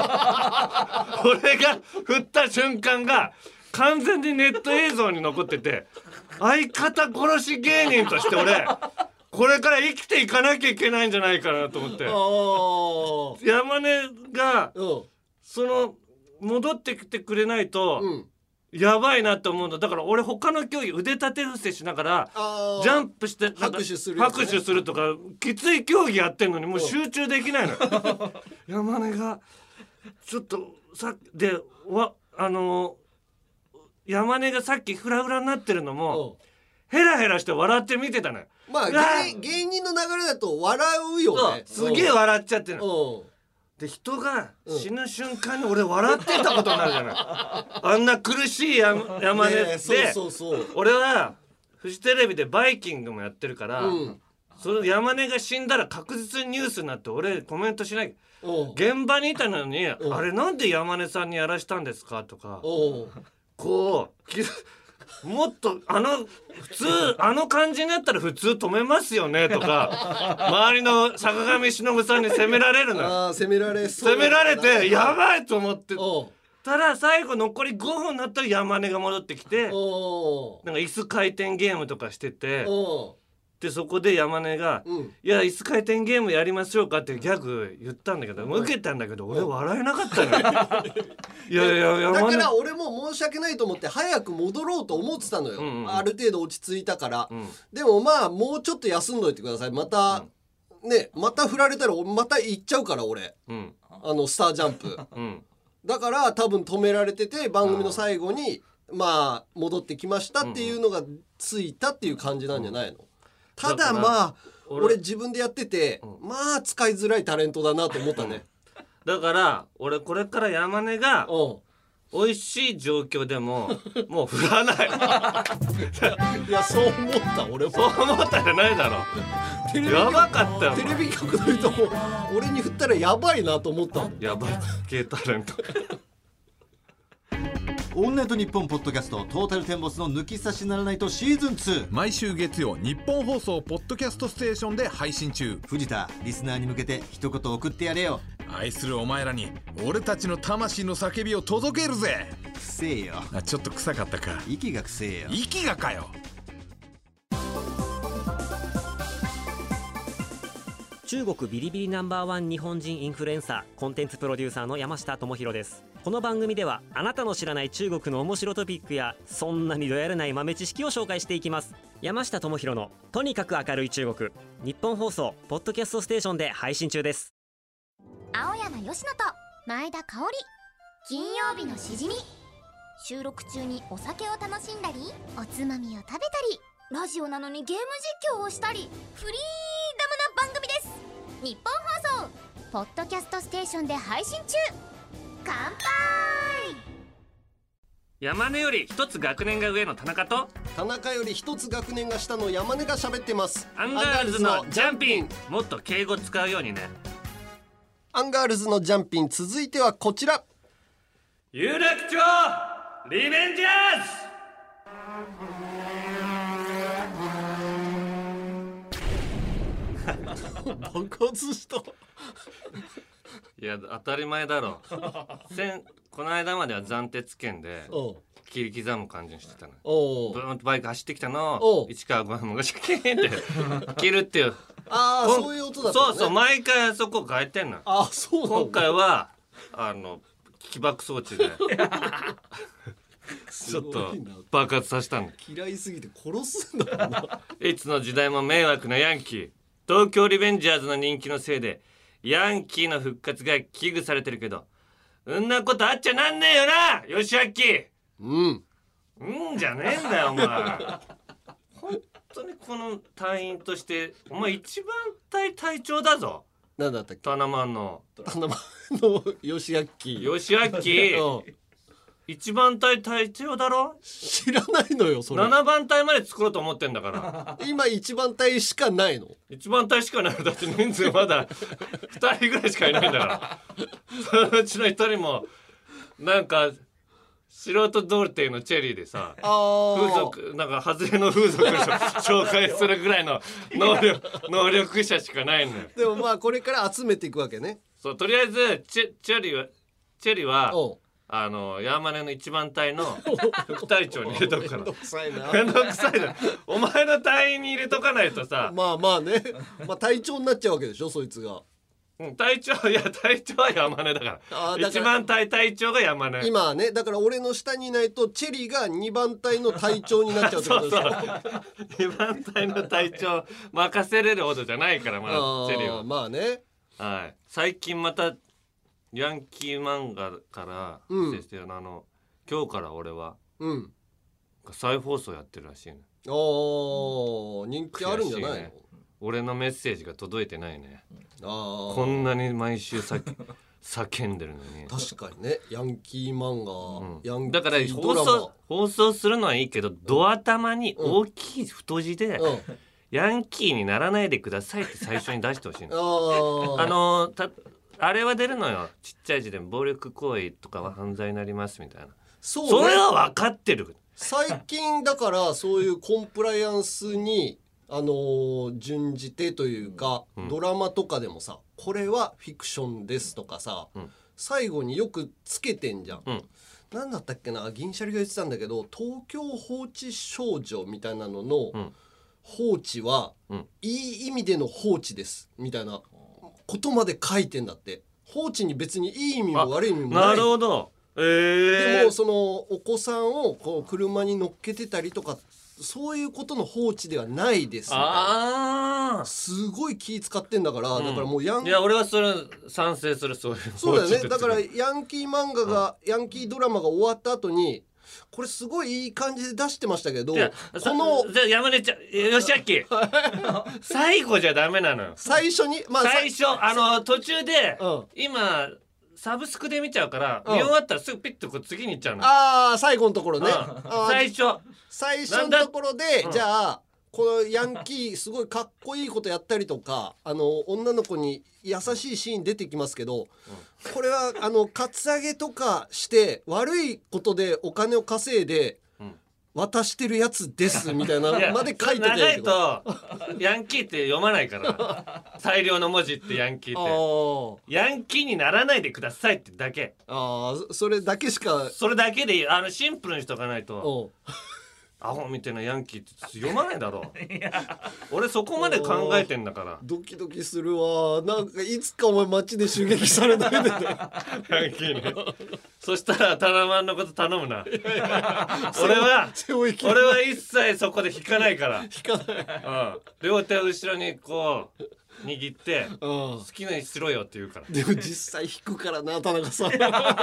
Speaker 1: が振った瞬間が完全にネット映像に残ってて、相方殺し芸人として俺これから生きていかなきゃいけないんじゃないかなと思って、山根がその戻ってきてくれないとやばいなって思うんだ。だから俺他の競技腕立て伏せしながらジャンプして
Speaker 2: 拍手する、
Speaker 1: ね、拍手するとかきつい競技やってんのにもう集中できないの山根がちょっとさでわあの山根がさっきフラフラになってるのもヘラヘラして笑って見てたのよ。
Speaker 2: まあ芸, 芸人の流れだと笑うよね。
Speaker 1: すげえ笑っちゃってるので、人が死ぬ瞬間に俺笑ってたことになるじゃないあんな苦しい山根で、ね、そうそうそう俺はフジテレビでバイキングもやってるから、うん、その山根が死んだら確実にニュースになって俺コメントしない。現場にいたのにあれなんで山根さんにやらしたんですかとかこうもっとあの普通あの感じになったら普通止めますよねとか周りの坂上忍さんに責められるの。
Speaker 2: あ責められそう
Speaker 1: 責められてやばいと思ってただ最後残りごふんになったら山根が戻ってきてなんか椅子回転ゲームとかしててでそこで山根が、うん、いや椅子回転ゲームやりましょうかってギャグ言ったんだけど、うん、受けたんだけど俺笑えなかったのよいやいや山
Speaker 2: 根だから俺も申し訳ないと思って早く戻ろうと思ってたのよ、うんうん、ある程度落ち着いたから、うん、でもまあもうちょっと休んどいてくださいまた、うん、ねまた振られたらまた行っちゃうから俺、うん、あのスタージャンプ、うん、だから多分止められてて番組の最後にまあ戻ってきましたっていうのがついたっていう感じなんじゃないの、うんただまあ 俺, 俺自分でやってて、うん、まあ使いづらいタレントだなと思ったね
Speaker 1: だから俺これから山根が美味しい状況でももう振らない
Speaker 2: いやそう思った俺も
Speaker 1: そう思ったじゃないだろやばかったよ
Speaker 2: テレビ局の人も俺に振ったらやばいなと思った
Speaker 1: やばい系タレント
Speaker 7: オールナイトニッポンポッドキャストトータルテンボスの抜き差しならないとシーズンツー
Speaker 8: 毎週月曜日本放送ポッドキャストステーションで配信中。
Speaker 7: 藤田リスナーに向けて一言送ってやれよ。
Speaker 8: 愛するお前らに俺たちの魂の叫びを届けるぜ。
Speaker 7: くせえよ。
Speaker 8: あちょっと臭かったか。
Speaker 7: 息がくせえよ。
Speaker 8: 息がかよ。
Speaker 9: 中国ビリビリナンバーワン日本人インフルエンサーコンテンツプロデューサーの山下智博です。 この番組ではあなたの知らない中国の面白トピックやそんなにどやらない豆知識を紹介していきます。山下智博のとにかく明るい中国、日本放送ポッドキャストステーションで配信中です。
Speaker 10: 青山佳乃と前田香織、金曜日のしじみ。収録中にお酒を楽しんだり、おつまみを食べたり、ラジオなのにゲーム実況をしたり、フリーダムな番組です。日本放送ポッドキャストステーションで配信中。乾杯。
Speaker 1: 山根より一つ学年が上の田中と
Speaker 2: 田中より一つ学年が下の山根が喋ってます。
Speaker 1: アンガールズのジャンピン。もっと敬語使うようにね。
Speaker 2: アンガールズのジャンピン、続いてはこちら。
Speaker 1: 有楽町リベンジャ
Speaker 2: ーズ爆発した
Speaker 1: いや当たり前だろ先この間までは暫定圏で切り刻む感じにしてたの。ブーンとバイク走ってきたのを市川五右衛門がシャキーンって切るっていう
Speaker 2: ああそういう音だったね。
Speaker 1: そうそう、毎回そこ変えてんの。
Speaker 2: あそうなんだ。
Speaker 1: 今回はあの起爆装置でちょっと爆発させたの。
Speaker 2: 嫌いすぎて殺すんだもんな。
Speaker 1: いつの時代も迷惑なヤンキー。東京リベンジャーズの人気のせいでヤンキーの復活が危惧されてるけど、そんなことあっちゃなんねえよな吉明。
Speaker 2: うん
Speaker 1: うんじゃねえんだよお前。本当にこの隊員としてお前一番隊隊長だぞ。
Speaker 2: なんだったっけ。
Speaker 1: タナマンの
Speaker 2: タナマンの吉明。
Speaker 1: 吉明一番隊隊長だろ。
Speaker 2: 知らないのよそれ。
Speaker 1: ななばん隊まで作ろうと思ってんだから
Speaker 2: 今一番隊しかないの。
Speaker 1: 一番隊しかない。だって人数まだふたりぐらいしかいないんだからそのうちのひとりもなんか素人童貞のチェリーでさ、風俗なんか外れの風俗を紹介するぐらいの能力能力者しかないのよ。
Speaker 2: でもまあこれから集めていくわけね。
Speaker 1: そうとりあえずチェ、チェリーはチェリーはあの山根の一番隊の副隊長に入れとくから。めんど
Speaker 2: くさいな。
Speaker 1: めんどくさいな。お前の隊員に入れとかないとさ。
Speaker 2: まあまあね。まあ隊長になっちゃうわけでしょそいつが。
Speaker 1: うん、隊長いや隊長は山根だから。だから一番隊隊長が山根。
Speaker 2: 今はねだから俺の下にいないとチェリーがにばん隊の隊長になっちゃうってことでしょ。そう
Speaker 1: そうにばん隊の隊長任せれるほどじゃないからまだチェリーは。
Speaker 2: まあね。
Speaker 1: はい。最近またヤンキー漫画から先生のあの今日から俺は、うん、再放送やってるらしいね。
Speaker 2: ああ人気あるんじゃないの、ね、
Speaker 1: 俺のメッセージが届いてないね。あこんなに毎週さ叫んでるのに。
Speaker 2: 確かにねヤンキー漫画、うん、ヤンキー
Speaker 1: だから放送放送するのはいいけどド頭に大きい太字で、うん、ヤンキーにならないでくださいって最初に出してほしいの。ああのたあれは出るのよ。ちっちゃい字で暴力行為とかは犯罪になりますみたいな。そう、ね、それは分かってる。
Speaker 2: 最近だからそういうコンプライアンスにあのー、準じてというか、うん、ドラマとかでもさこれはフィクションですとかさ、うん、最後によくつけてんじゃん、うん、なんだったっけな銀シャリが言ってたんだけど東京放置少女みたいなのの、うん、放置は、うん、いい意味での放置ですみたいなことまで書いてんだって。放置に別にいい意味も悪い意味もない。
Speaker 1: なるほど、えー、
Speaker 2: でもそのお子さんをこう車に乗っけてたりとかそういうことの放置ではないです。ああすごい気使ってんだから、うん、だからもうヤン
Speaker 1: いや俺はそれ賛成する。そういう
Speaker 2: そうだよね。だからヤンキー漫画が、うん、ヤンキードラマが終わった後にこれすごいいい感じで出してましたけど、こ
Speaker 1: のじゃあ山根ちゃん吉明最後じゃダメなのよ。
Speaker 2: 最初に、まあ、
Speaker 1: 最初あの途中で、うん、今サブスクで見ちゃうから、うん、見終わったらすぐピッとこう次に行っちゃうの。
Speaker 2: ああ最後のところね、
Speaker 1: うん、最初
Speaker 2: 最初のところで、うん、じゃあこのヤンキーすごいかっこいいことやったりとかあの女の子に優しいシーン出てきますけど、うん、これはあのカツアゲとかして悪いことでお金を稼いで渡してるやつですみたいなまで書いてて
Speaker 1: 長いとヤンキーって読まないから大量の文字ってヤンキーってヤンキーにならないでくださいってだけ。
Speaker 2: ああそれだけしか
Speaker 1: それだけでいい。あのシンプルにしとかないとアホみたいなヤンキーって読まないだろう俺そこまで考えてんだから
Speaker 2: ドキドキするわ。なんかいつかお前街で襲撃されないでね
Speaker 1: ヤンキーにそしたらタナマンのこと頼むな俺は俺は一切そこで引かないから
Speaker 2: 引かない、
Speaker 1: うん、両手を後ろにこう握って好きなにしろよって言うから。
Speaker 2: でも実際引くからな田中さんおい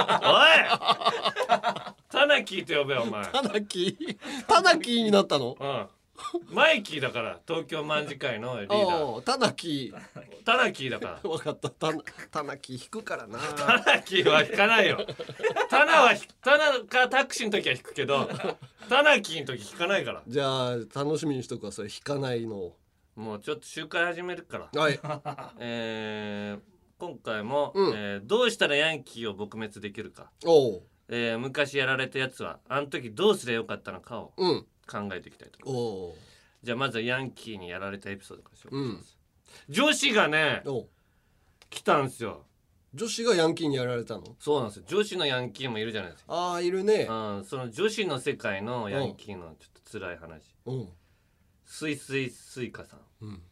Speaker 1: タナキーって呼べよお前。
Speaker 2: タナキータナキーになったの。
Speaker 1: うんマイキーだから東京卍会のリーダー。
Speaker 2: タナキ
Speaker 1: ータナキーだから
Speaker 2: 分かった。タナタナキー引くからな。
Speaker 1: タナキーは引かないよタナはタナかタクシーの時は引くけどタナキーの時引かないから。
Speaker 2: じゃあ楽しみにしとくわそれ引かないのを。
Speaker 1: もうちょっと集会始めるから
Speaker 2: はい
Speaker 1: えー、今回も、
Speaker 2: うん
Speaker 1: えー、どうしたらヤンキーを撲滅できるか、
Speaker 2: おう、
Speaker 1: えー、昔やられたやつはあの時どうすればよかったのかを
Speaker 2: うん
Speaker 1: 考えていきたいと思います。
Speaker 2: おう、
Speaker 1: じゃあまずはヤンキーにやられたエピソードから紹介
Speaker 2: うん
Speaker 1: します、女子がね
Speaker 2: おう
Speaker 1: 来たんですよ。
Speaker 2: 女子がヤンキーにやられたの。
Speaker 1: そうなんですよ。女子のヤンキーもいるじゃないですか。
Speaker 2: ああいるね。
Speaker 1: うん、その女子の世界のヤンキーのちょっと辛い話。
Speaker 2: うん
Speaker 1: スイスイスイカさん、
Speaker 2: うん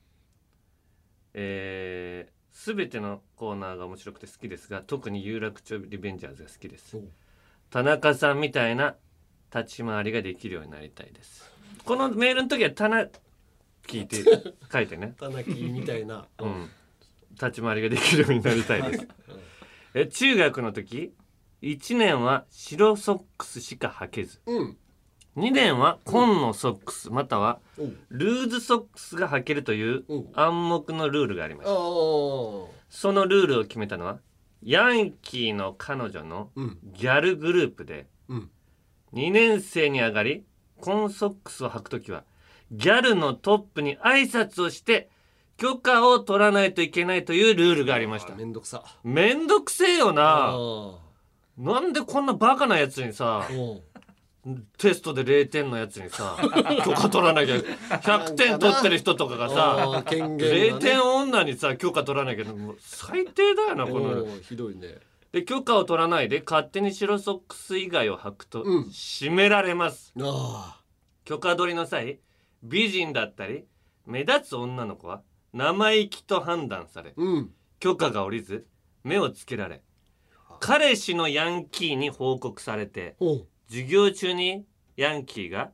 Speaker 1: えー、全てのコーナーが面白くて好きですが特に有楽町リベンジャーズが好きです。田中さんみたいな立ち回りができるようになりたいです。このメールの時はタナキーって書いてね
Speaker 2: タナキーみたいな、
Speaker 1: うん、立ち回りができるようになりたいですえ中学の時いちねんは白ソックスしか履けず、
Speaker 2: うん、
Speaker 1: にねんは紺のソックスまたは
Speaker 2: うん
Speaker 1: ルーズソックスが履けるという暗黙のルールがありました。そのルールを決めたのはヤンキーの彼女のギャルグループで、
Speaker 2: うん、
Speaker 1: にねん生に上がり紺ソックスを履くときはギャルのトップに挨拶をして許可を取らないといけないというルールがありました。
Speaker 2: めんどくさ
Speaker 1: めんどくせえよな。なんでこんなバカなやつにさテストでれいてんのやつにさ許可取らなきゃひゃくてん取ってる人とかがさ、ね、れいてん女にさ許可取らなきゃもう最低だよなこの
Speaker 2: ひどいね。
Speaker 1: で許可を取らないで勝手に白ソックス以外を履くと締められます、
Speaker 2: うん、あ
Speaker 1: 許可取りの際美人だったり目立つ女の子は生意気と判断され、
Speaker 2: うん、
Speaker 1: 許可が下りず目をつけられ彼氏のヤンキーに報告されて授業中にヤンキーが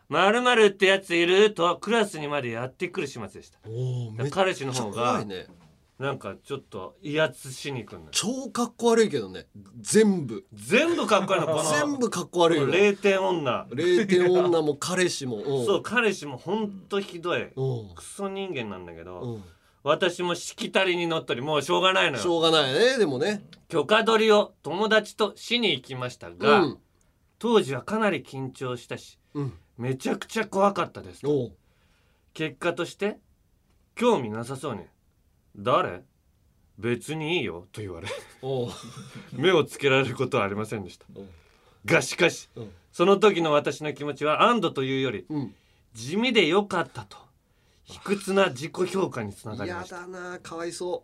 Speaker 1: 〇〇ってやついるとクラスにまでやってくる始末でした。彼氏の方がなんかちょっと威圧しに行くんだ。
Speaker 2: 超かっこ悪いけどね。全部
Speaker 1: 全部かっこ悪いのこの
Speaker 2: 全部かっこ悪いよ。
Speaker 1: れいてん女
Speaker 2: れいてん女も彼氏も
Speaker 1: そう彼氏もほんとひどいクソ人間なんだけど私もしきたりに乗ったりもうしょうがないのよ。
Speaker 2: しょうがないね。でもね
Speaker 1: 許可取りを友達としに行きましたが、うん、当時はかなり緊張したし、うん、めちゃくちゃ怖かったですと。結果として興味なさそうに誰別にいいよと言われ目をつけられることはありませんでしたがしかしその時の私の気持ちは安堵というより、うん、地味でよかったと卑屈な自己評価につながりました。
Speaker 2: やだなかわいそう。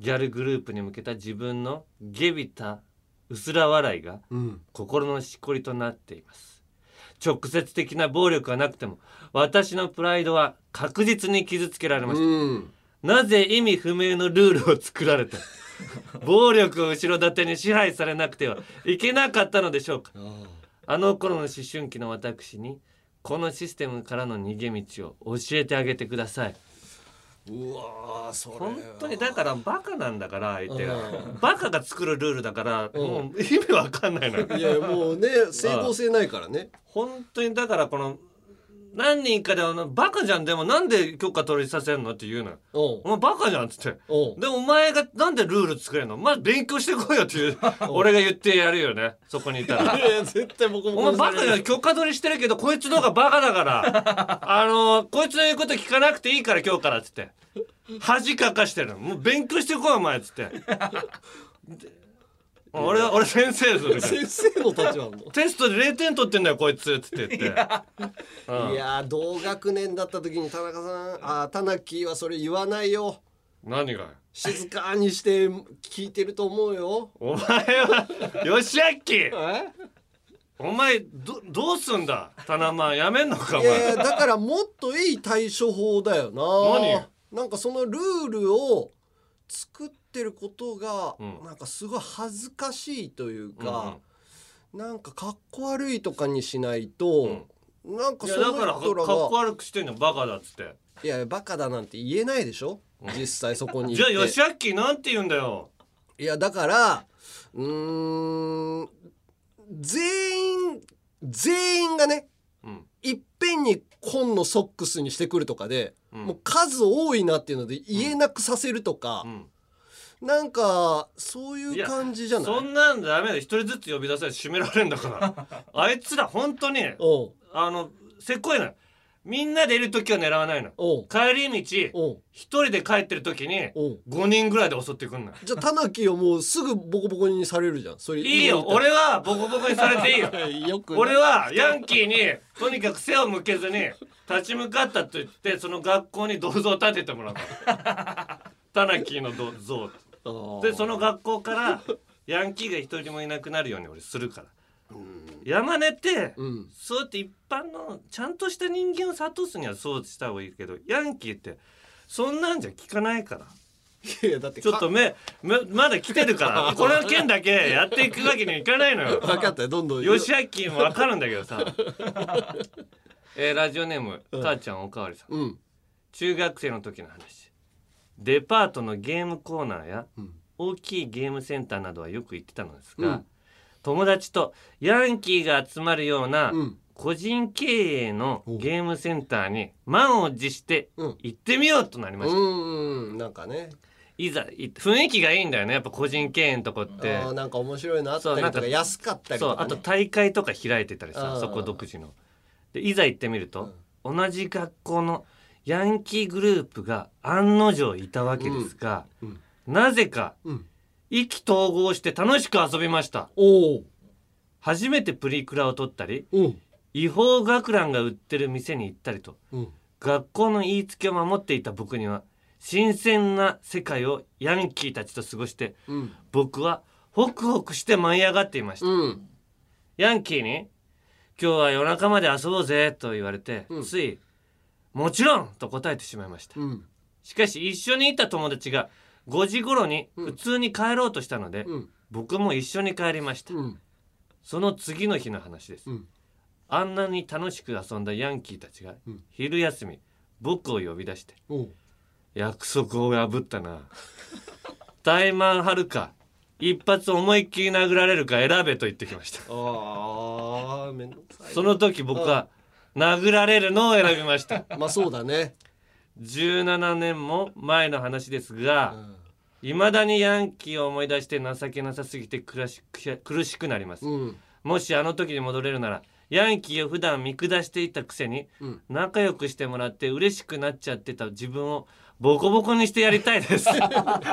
Speaker 1: ギャルグループに向けた自分の下びた薄ら笑いが心のしこりとなっています、うん、直接的な暴力はなくても私のプライドは確実に傷つけられました、うん、なぜ意味不明のルールを作られて暴力を後ろ盾に支配されなくてはいけなかったのでしょうか。あの頃の思春期の私にこのシステムからの逃げ道を教えてあげてください。
Speaker 2: うわそれ
Speaker 1: 本当にだからバカなんだから相手がバカが作るルールだからもう意味わかんないのよ。
Speaker 2: いやもうね整合性ないからね。
Speaker 1: 本当にだからこの何人かでバカじゃんでもなんで許可取りさせるのって言うのよ。お前バカじゃんっつってでお前がなんでルール作れるのまあ勉強してこいよっていう俺が言ってやるよねそこにいたら。
Speaker 2: いや絶対僕も
Speaker 1: お前バカじゃん許可取りしてるけどこいつの方がバカだからあのこいつの言うこと聞かなくていいから今日からっつって恥かかしてるのもう勉強してこいお前っつって俺は俺先生です
Speaker 2: 先生の立場の
Speaker 1: テストでれいてん取ってんだよこいつっつって言っていや、
Speaker 2: うん、いや同学年だった時に田中さんあ田中はそれ言わないよ。
Speaker 1: 何が
Speaker 2: 静かにして聞いてると思うよ。
Speaker 1: お前はよしあっきお前どどうすんだタナマンやめんのかお
Speaker 2: い
Speaker 1: 前。
Speaker 2: やいやだからもっといい対処法だよな。
Speaker 1: 何
Speaker 2: なんかそのルールを作ってることが、
Speaker 1: うん
Speaker 2: なんかすごい恥ずかしいというか、うんうん、なんかかっこ悪いとかにしないと、うん、なんか
Speaker 1: いや
Speaker 2: その
Speaker 1: だからかっ
Speaker 2: 人ら
Speaker 1: こ
Speaker 2: が
Speaker 1: 悪くしてんのバカだっつって。
Speaker 2: いやバカだなんて言えないでしょ、うん、実際そこに
Speaker 1: じゃあヨシアッキーなんて言うんだよ。
Speaker 2: いやだからうーん全員全員がね、うん、いっぺんに紺のソックスにしてくるとかで、うん、もう数多いなっていうので言えなくさせるとか、うんうん、なんかそういう感じじゃない。
Speaker 1: そんなんダメだ。一人ずつ呼び出されて締められるんだからあいつら本当にあのせっこいのよ。みんなでいる時は狙わないの。帰り道一人で帰ってる時にごにんぐらいで襲ってくんの。
Speaker 2: じゃあタナキはもうすぐボコボコにされるじゃん。それ
Speaker 1: いいよ俺はボコボコにされていいよよく俺はヤンキーにとにかく背を向けずに立ち向かったと言ってその学校に銅像を建ててもらうからタナキの像でその学校からヤンキーが一人もいなくなるように俺するから。山根って、うん、そうやって一般のちゃんとした人間を諭すにはそうした方がいいけどヤンキーってそんなんじゃ聞かないから。
Speaker 2: いやだって
Speaker 1: ちょっと目まだ来てるからこの件だけやっていくわけにはいかないのよ。
Speaker 2: 分かったよどんどん。
Speaker 1: ヨシアッキーも分かるんだけどさえー、ラジオネーム、うん、母ちゃんおかわりさん、うん、中学生の時の話。デパートのゲームコーナーや、うん、大きいゲームセンターなどはよく行ってたのですが、うん、友達とヤンキーが集まるような個人経営のゲームセンターに満を持して行ってみようとなりました。
Speaker 2: うん、うん、なんかね
Speaker 1: いざ雰囲気がいいんだよねやっぱ個人経営のとこって。
Speaker 2: あなんか面白いなあったりとか安かったりとか、ね、
Speaker 1: そうあと大会とか開いてたりさそこ独自のでいざ行ってみると、うん、同じ学校のヤンキーグループが案の定いたわけですが、うんうん、なぜか、うん意気投合して楽しく遊びました。お初めてプリクラを撮ったり、うん、違法学ランが売ってる店に行ったりと、うん、学校の言いつけを守っていた僕には新鮮な世界をヤンキーたちと過ごして、うん、僕はホクホクして舞い上がっていました、うん、ヤンキーに今日は夜中まで遊ぼうぜと言われて、うん、ついもちろんと答えてしまいました、うん、しかし一緒にいた友達がごじ頃に普通に帰ろうとしたので、うん、僕も一緒に帰りました、うん、その次の日の話です、うん、あんなに楽しく遊んだヤンキーたちが、うん、昼休み僕を呼び出して、約束を破ったなタイマン張るか一発思いっきり殴られるか選べと言ってきました。あめんどくさい。その時僕は殴られるのを選びました
Speaker 2: まあそうだね。
Speaker 1: じゅうななねんも前の話ですが、いま、うん、だにヤンキーを思い出して情けなさすぎて苦しく、苦しくなります、うん、もしあの時に戻れるならヤンキーを普段見下していたくせに、うん、仲良くしてもらって嬉しくなっちゃってた自分をボコボコにしてやりたいですボコボ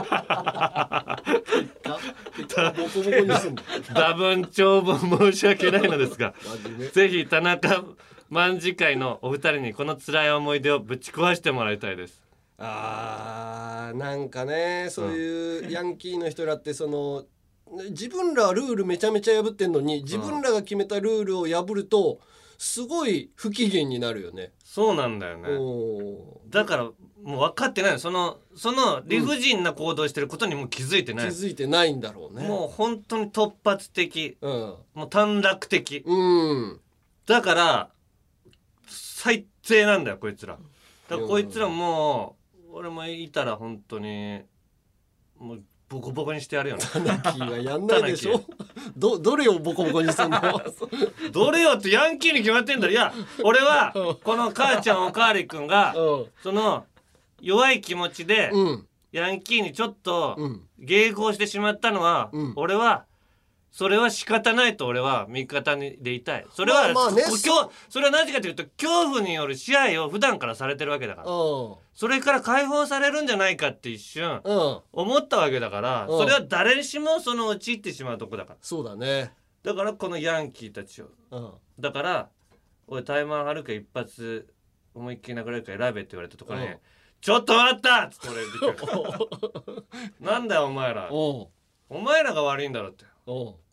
Speaker 1: コにすんの多分長文申し訳ないのですがぜひ田中卍会のお二人にこの辛い思い出をぶち壊してもらいたいです。
Speaker 2: あーなんかねそういうヤンキーの人らってその自分らはルールめちゃめちゃ破ってんのに自分らが決めたルールを破るとすごい不機嫌になるよね。
Speaker 1: そうなんだよね。だからもう分かってないそのその理不尽な行動してることにも気づいてない、
Speaker 2: うん、気づいてないんだろうね。
Speaker 1: もう本当に突発的、うん、もう短絡的、うん、だから最低なんだよこいつら。だからこいつらもう俺もいたら本当にもうボコボコにしてやるよね。
Speaker 2: タナキーはやんないでしょど, どれをボコボコにするの
Speaker 1: どれよってヤンキーに決まってんだろ。いや俺はこの母ちゃんおかわりくんがその弱い気持ちでヤンキーにちょっと迎合してしまったのは、うん、俺はそれは仕方ないと俺は味方でいたい。それは、まあまあね、それはなぜかというと恐怖による支配を普段からされてるわけだから、それから解放されるんじゃないかって一瞬思ったわけだから、それは誰にしもその陥ってしまうとこだから。
Speaker 2: そうだね。
Speaker 1: だからこのヤンキーたちを、だから俺タイマン張るか一発思いっきり殴られるか選べって言われたところに、ちょっと待ったっつって俺びっくりなんだよお前らお前らが悪いんだろって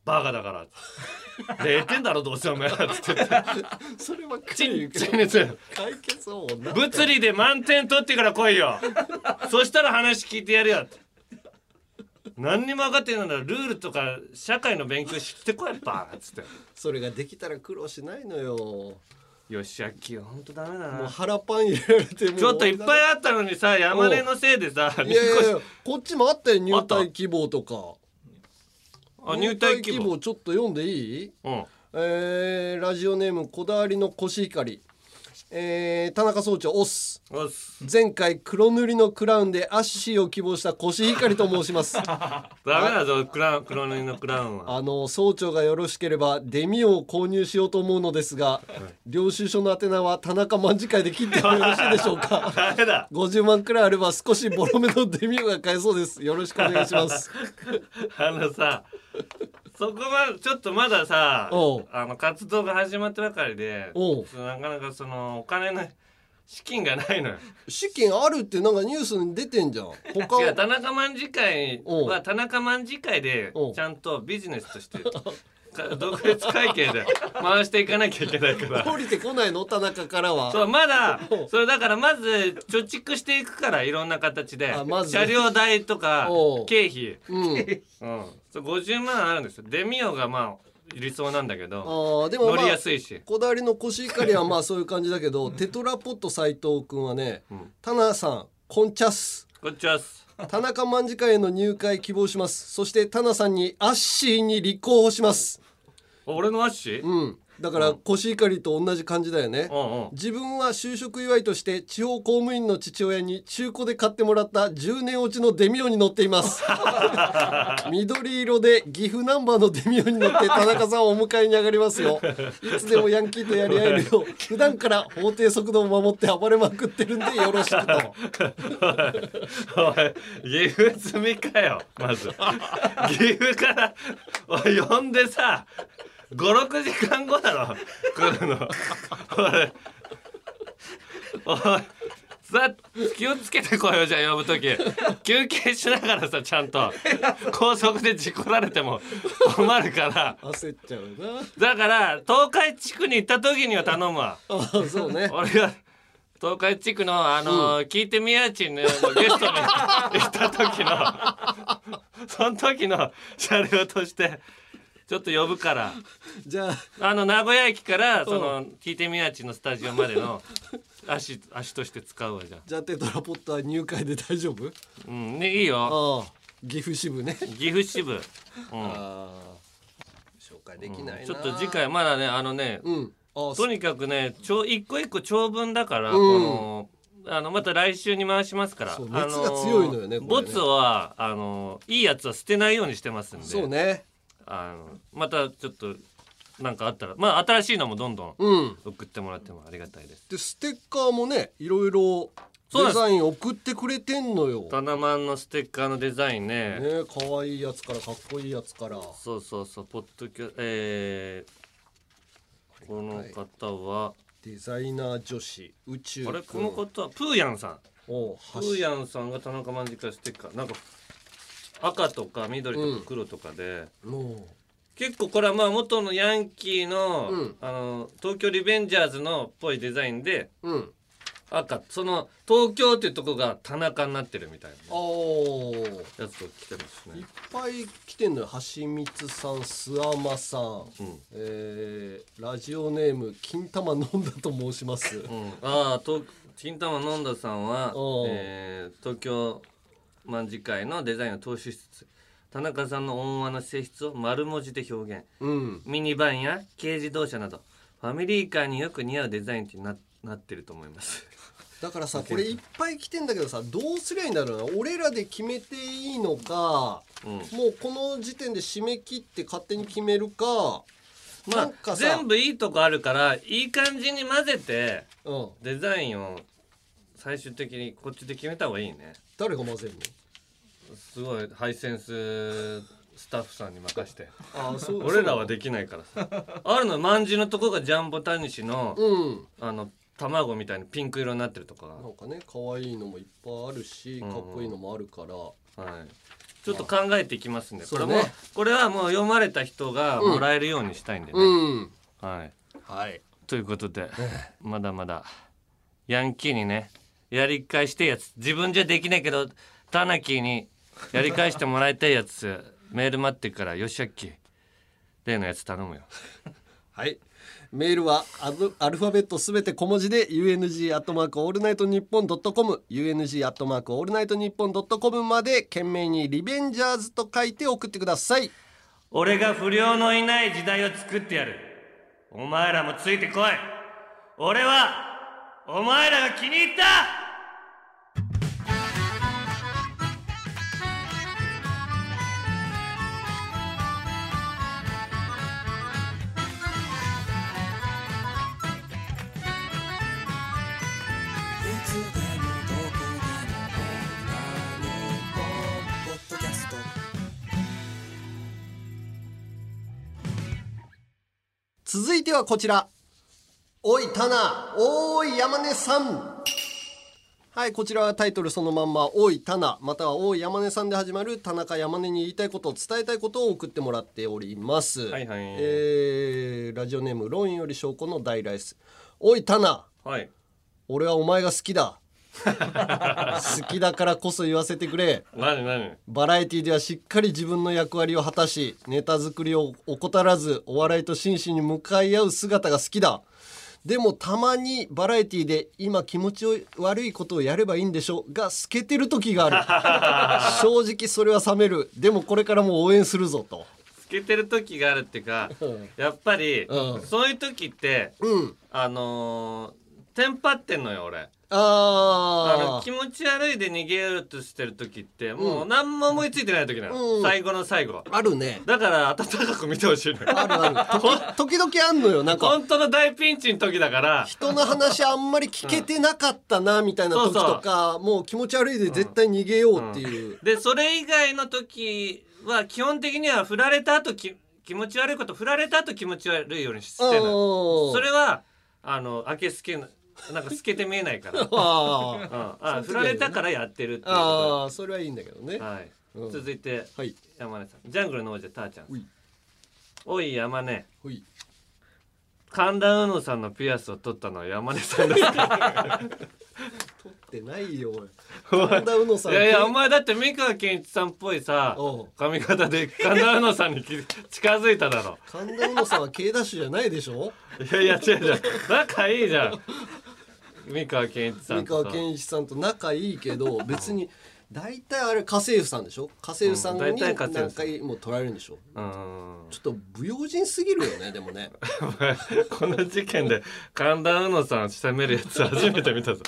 Speaker 1: バカだからでえてんだろどうせお前つって言って
Speaker 2: そればっか
Speaker 1: ちっ
Speaker 2: り言うけど
Speaker 1: ちゃいやつ
Speaker 2: 解決法な
Speaker 1: 物理で満点取ってから来いよそしたら話聞いてやるよって何にも分かってないならルールとか社会の勉強してこいバカっつって
Speaker 2: それができたら苦労しないのよ。
Speaker 1: よしあきほんとダメだな
Speaker 2: もう腹パン入れられてもう
Speaker 1: ちょっといっぱいあったのにさ山根のせいでさ
Speaker 2: いやいやいやこっちもあったよ入隊希望とか。
Speaker 1: あ入隊希望
Speaker 2: ちょっと読んでいい？
Speaker 1: うん、
Speaker 2: えー、ラジオネームこだわりのコシヒカリ、えー、田中総長オス
Speaker 1: オス
Speaker 2: 前回黒塗りのクラウンでアッシーを希望したコシヒカリと申します
Speaker 1: ダメだぞクラウン黒塗りのクラウンは
Speaker 2: あの総長がよろしければデミオを購入しようと思うのですが、はい、領収書の宛名は田中卍会で切ってもよろしいでしょうか
Speaker 1: ダメだ
Speaker 2: ごじゅうまんくらいあれば少しボロめのデミオが買えそうです。よろしくお願いします
Speaker 1: あのさそこはちょっとまださあの活動が始まったばかりでなかなかそのお金の資金がないのよ。
Speaker 2: 資金あるってなんかニュースに出てんじゃん。
Speaker 1: 他違う田中卍会は田中卍会でちゃんとビジネスとして独立会計で回していかなきゃいけないから
Speaker 2: 降りてこないの田中からは。
Speaker 1: そうまだそれだからまず貯蓄していくからいろんな形で、ま、車両代とか経費、うんうん、そうごじゅうまんあるんですよ。デミオがまあ理想なんだけど、あでも、まあ、乗りやすいし
Speaker 2: こだわりのコシヒカリはまあそういう感じだけどテトラポット斉藤くんはね、うん、田中さんコンチャス
Speaker 1: コンチャス
Speaker 2: 田中卍会への入会希望します。そして田中さんにアッシーに立候補します。
Speaker 1: 俺のアッシー？
Speaker 2: うんだからコシヒカリと同じ感じだよね、うんうん、自分は就職祝いとして地方公務員の父親に中古で買ってもらったじゅうねん落ちのデミオに乗っています緑色で岐阜ナンバーのデミオに乗って田中さんをお迎えに上がりますよ。いつでもヤンキーとやり合えるよう普段から法定速度を守って暴れまくってるんでよろしくと
Speaker 1: おい岐阜積みかよまず岐阜からおい呼んでさごろくじかんごだろ来るのおいおいさ気をつけてこいよ。じゃあ呼ぶとき休憩しながらさちゃんと高速で事故られても困るから
Speaker 2: 焦っちゃうな。
Speaker 1: だから東海地区に行った時には頼むわ。
Speaker 2: あそうね
Speaker 1: 俺が東海地区のあの、うん、聞いてみやちんのゲストに行った時のその時の車両としてちょっと呼ぶから
Speaker 2: じゃ
Speaker 1: ああの名古屋駅からその聞いてみやちのスタジオまでの足足として使うわ。じゃあ
Speaker 2: じゃあテトラポットは入会で大丈夫？
Speaker 1: うんねいいよ。
Speaker 2: あ岐阜支部ね
Speaker 1: 岐阜支部、うん、
Speaker 2: あ紹介できないな、うん、
Speaker 1: ちょっと次回まだねあのね、うん、あとにかくねちょ一個一個長文だから、うん、このあのまた来週に回しますから。
Speaker 2: そう熱が強いのよね。
Speaker 1: ボツはあのいいやつは捨てないようにしてますんで。
Speaker 2: そうね。
Speaker 1: あのまたちょっとなんかあったらまあ新しいのもどんどん送ってもらってもありがたいです、
Speaker 2: うん、でステッカーもねいろいろデザイン送ってくれてんのよ。
Speaker 1: タナマンのステッカーのデザインね
Speaker 2: ね可愛いやつからかっこいいやつから
Speaker 1: そうそうそうポッドキャえー、この方は
Speaker 2: デザイナー女子宇宙
Speaker 1: あれこの方はプーヤンさんおプーヤンさんが田中卍会ステッカーなんか赤とか緑とか黒とかで、うん、結構これはまあ元のヤンキーの、うん、あの東京リベンジャーズのっぽいデザインで、うん、赤その東京っていうとこが田中になってるみたいな、ね、やつを着てますね。
Speaker 2: いっぱい着てんのよ。はしみつさん諏訪間さん、うんえー、ラジオネーム金玉飲んだと申します、うん、
Speaker 1: ああ金玉飲んださんは、えー、東京卍会のデザインを踏襲しつつ田中さんの温和な性質を丸文字で表現、うん、ミニバンや軽自動車などファミリーカーによく似合うデザインに な, なってると思います。
Speaker 2: だからさこれいっぱい来てんだけどさどうすりゃいいんだろうな。俺らで決めていいのか、うん、もうこの時点で締め切って勝手に決めるか。
Speaker 1: まあ全部いいとこあるからいい感じに混ぜて、うん、デザインを最終的にこっちで決めた方がいいね。
Speaker 2: 誰が混ぜるの？
Speaker 1: すごいハイセンススタッフさんに任してあそう俺らはできないからさあるのまんじのとこがジャンボタニシの、うん、あの卵みたいにピンク色になってるとか
Speaker 2: なんかね可愛いのもいっぱいあるしかっこいいのもあるから、うん、はい
Speaker 1: ちょっと考えていきますんで、これも、
Speaker 2: そうね
Speaker 1: これはもう読まれた人がもらえるようにしたいんでね、
Speaker 2: うん
Speaker 1: はい
Speaker 2: はい
Speaker 1: ということでまだまだヤンキーにねやり返してやつ、自分じゃできないけどタナキーにやり返してもらいたいやつメール待ってるからよしあっき例のやつ頼むよ。
Speaker 2: はいメールはアルアルファベットすべて小文字で ユーエヌジー アットマークオールナイトニッポンドットコム ユーエヌジー アットマークオールナイトニッポンドットコムまで懸命にリベンジャーズと書いて送ってください。
Speaker 1: 俺が不良のいない時代を作ってやる。お前らもついてこい。俺はお前らが気に入った。
Speaker 2: 続いてはこちら。おいタナ、おい山根さん。はい、こちらはタイトルそのまんまおいタナまたはおい山根さんで始まる田中山根に言いたいことを伝えたいことを送ってもらっております。
Speaker 1: はいはい、
Speaker 2: えー、ラジオネームロンより証拠の大ライス。おいタナ、
Speaker 1: はい、
Speaker 2: 俺はお前が好きだ。好きだからこそ言わせてくれ。
Speaker 1: 何何
Speaker 2: バラエティではしっかり自分の役割を果たしネタ作りを怠らずお笑いと真摯に向かい合う姿が好きだ。でもたまにバラエティで今気持ち悪いことをやればいいんでしょが透けてる時がある。正直それは冷める。でもこれからも応援するぞと。
Speaker 1: 透けてる時があるっていうかやっぱり、
Speaker 2: うん、
Speaker 1: そういう時って、うん、あのー、テンパってんのよ俺。
Speaker 2: あ
Speaker 1: あの気持ち悪いで逃げようとしてる時ってもう何も思いついてない時なの、うん、最後の最後
Speaker 2: あるね。
Speaker 1: だから温かく見てほしいのよ。
Speaker 2: あるある時々あんのよ。なんか
Speaker 1: 本当の大ピンチの時だから
Speaker 2: 人の話あんまり聞けてなかったなみたいな時とか、うん、そうそうもう気持ち悪いで絶対逃げようっていう、
Speaker 1: うんうん、でそれ以外の時は基本的には振られた後き気持ち悪いこと振られた後気持ち悪いようにしてるの。それはあの明けすけなんか透けて見えないからああ、うん、振られたからやってるっていう。
Speaker 2: ああそれはいいんだけどね、
Speaker 1: はいうん、続いて、
Speaker 2: はい、
Speaker 1: 山根さんジャングルの王者たーちゃん。おい山根、神田うのさんのピアスを取ったのは山根さんですか？
Speaker 2: 取ってないよ神田うのさん。
Speaker 1: いやいやお前だって三河健一さんっぽいさ髪型で神田うのさんに近づいただろ。
Speaker 2: 神田うのさんは K ダッシュじゃないでしょ。
Speaker 1: いやいや違う違う仲いいじゃん。三河健一さんと
Speaker 2: 三河健一さんと仲いいけど別に大体あれ家政婦さんでしょ。家政婦さんに何回も取られるんでしょ、うん、ちょっと不用心すぎるよね。でもね
Speaker 1: この事件で神田うのさん責めるやつ初めて見たぞ。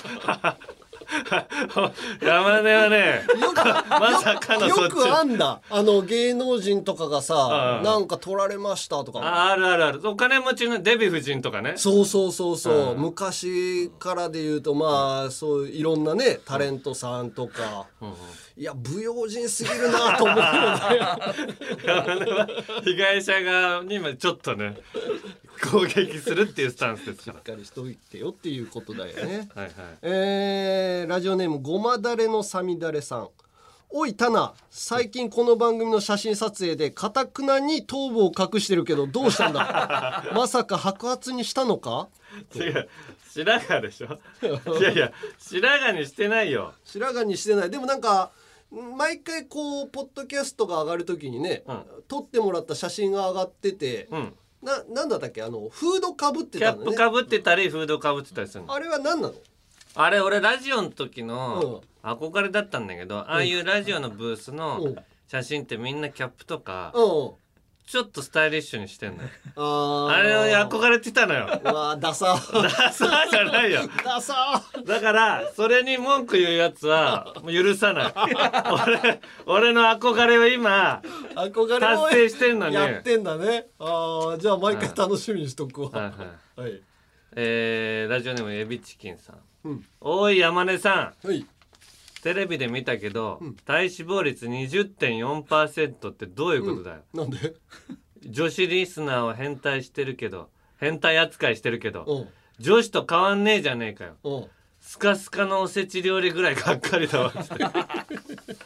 Speaker 1: 山根はねまさかのそっち。
Speaker 2: よくあんだあの芸能人とかがさなんか取られましたとか。
Speaker 1: あるあるある。お金持ちのデヴィ夫人とかね。
Speaker 2: そうそうそうそう、うん、昔からで言うとまあそういろんなねタレントさんとか、うんうん、いや不用心すぎるなと思うよね。
Speaker 1: 山根は被害者側に今ちょっとね攻撃するっていうスタンスですから
Speaker 2: しっかりしといてよっていうことだよね。
Speaker 1: はいはい、
Speaker 2: えー、ラジオネームごまだれのさみだれさん。おいタナ、最近この番組の写真撮影でかたくなに頭部を隠してるけどどうしたんだ。まさか白髪にしたのか。
Speaker 1: 違う白髪でしょ。いやいや白髪にしてないよ。
Speaker 2: 白髪にしてない。でもなんか毎回こうポッドキャストが上がるときにね、うん、撮ってもらった写真が上がってて、うん、な, なんだったっけあのフードかぶってたんだね。
Speaker 1: キャップかぶってたりフードかぶってたりするの。
Speaker 2: あれは何なの。あ
Speaker 1: れ俺ラジオの時の憧れだったんだけど、うん、ああいうラジオのブースの写真ってみんなキャップとか、うん、ちょっとスタイリッシュにしてんのよ。あ, あれに憧れてたのよ。
Speaker 2: うわダサ
Speaker 1: ダサじゃないよ。
Speaker 2: ダサ
Speaker 1: だからそれに文句言うやつはもう許さない。俺俺の憧れは今
Speaker 2: 憧れ
Speaker 1: 達成してんのに
Speaker 2: やってんだね。あじゃあ毎回楽しみにしとくわ。はいはいはい、
Speaker 1: えー、ラジオネームエビチキンさん、うん、おい山根さん、はい、テレビで見たけど、うん、体脂肪率 にじゅってんよんパーセント ってどういうことだよ、
Speaker 2: うん、なんで
Speaker 1: 女子リスナーは変態してるけど変態扱いしてるけど女子と変わんねえじゃねえかよ。スカスカのおせち料理ぐらいがっかりだわって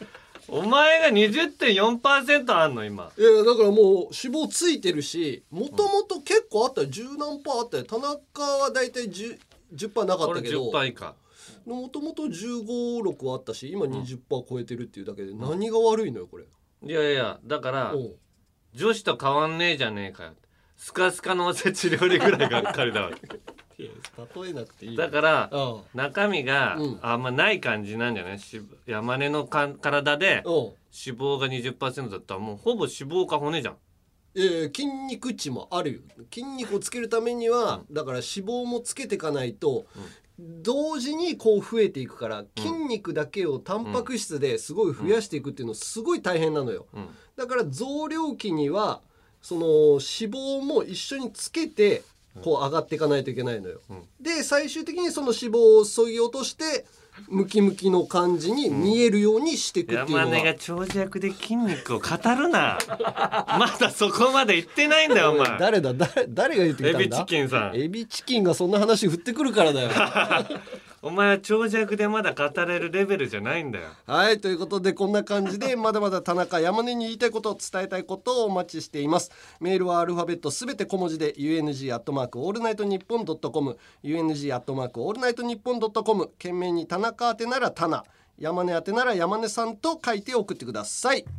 Speaker 1: お前が にじゅってんよんパーセント あんの今。
Speaker 2: いやだからもう脂肪ついてるし、もともと結構あったよ、十何パーあったよ。田中はだいたい 10%, 10%なかったけど、
Speaker 1: 俺じゅっパーセント以下。
Speaker 2: もともとじゅうご、ろくはあったし、今 にじゅっパーセント 超えてるっていうだけで何が悪いのよこれ。
Speaker 1: いやいやだから女子と変わんねえじゃねえかよ。スカスカのおせち料理ぐらいがっかりだわ。
Speaker 2: 例えなくていい。
Speaker 1: だから中身があんまない感じなんじゃない？山根のか体で脂肪が にじゅっパーセント だったらもうほぼ脂肪か骨じゃん。
Speaker 2: いやいや筋肉値もあるよ。筋肉をつけるためには、うん、だから脂肪もつけていかないと、うん、同時にこう増えていくから、筋肉だけをタンパク質ですごい増やしていくっていうのすごい大変なのよ、うん、だから増量期にはその脂肪も一緒につけてこう上がっていかないといけないのよ、うん、で最終的にその脂肪を削ぎ落としてムキムキの感じに見えるようにしていくっていうのが、うん、山根が
Speaker 1: 長尺で筋肉を語るな。まだそこまで言ってないんだよお前。
Speaker 2: 誰だ 誰, 誰が言ってきたんだ。
Speaker 1: エビチキンさん。
Speaker 2: エビチキンがそんな話振ってくるからだよ。
Speaker 1: お前は長尺でまだ語れるレベルじゃないんだよ。
Speaker 2: はいということでこんな感じでまだまだ田中山根に言いたいこと伝えたいことをお待ちしています。メールはアルファベットすべて小文字で ユーエヌジー アットマークオールナイトニッポンドットコム ユーエヌジー アットマークオールナイトニッポンドットコム。懸命に田中宛てなら田名、山根宛てなら山根さんと書いて送ってください。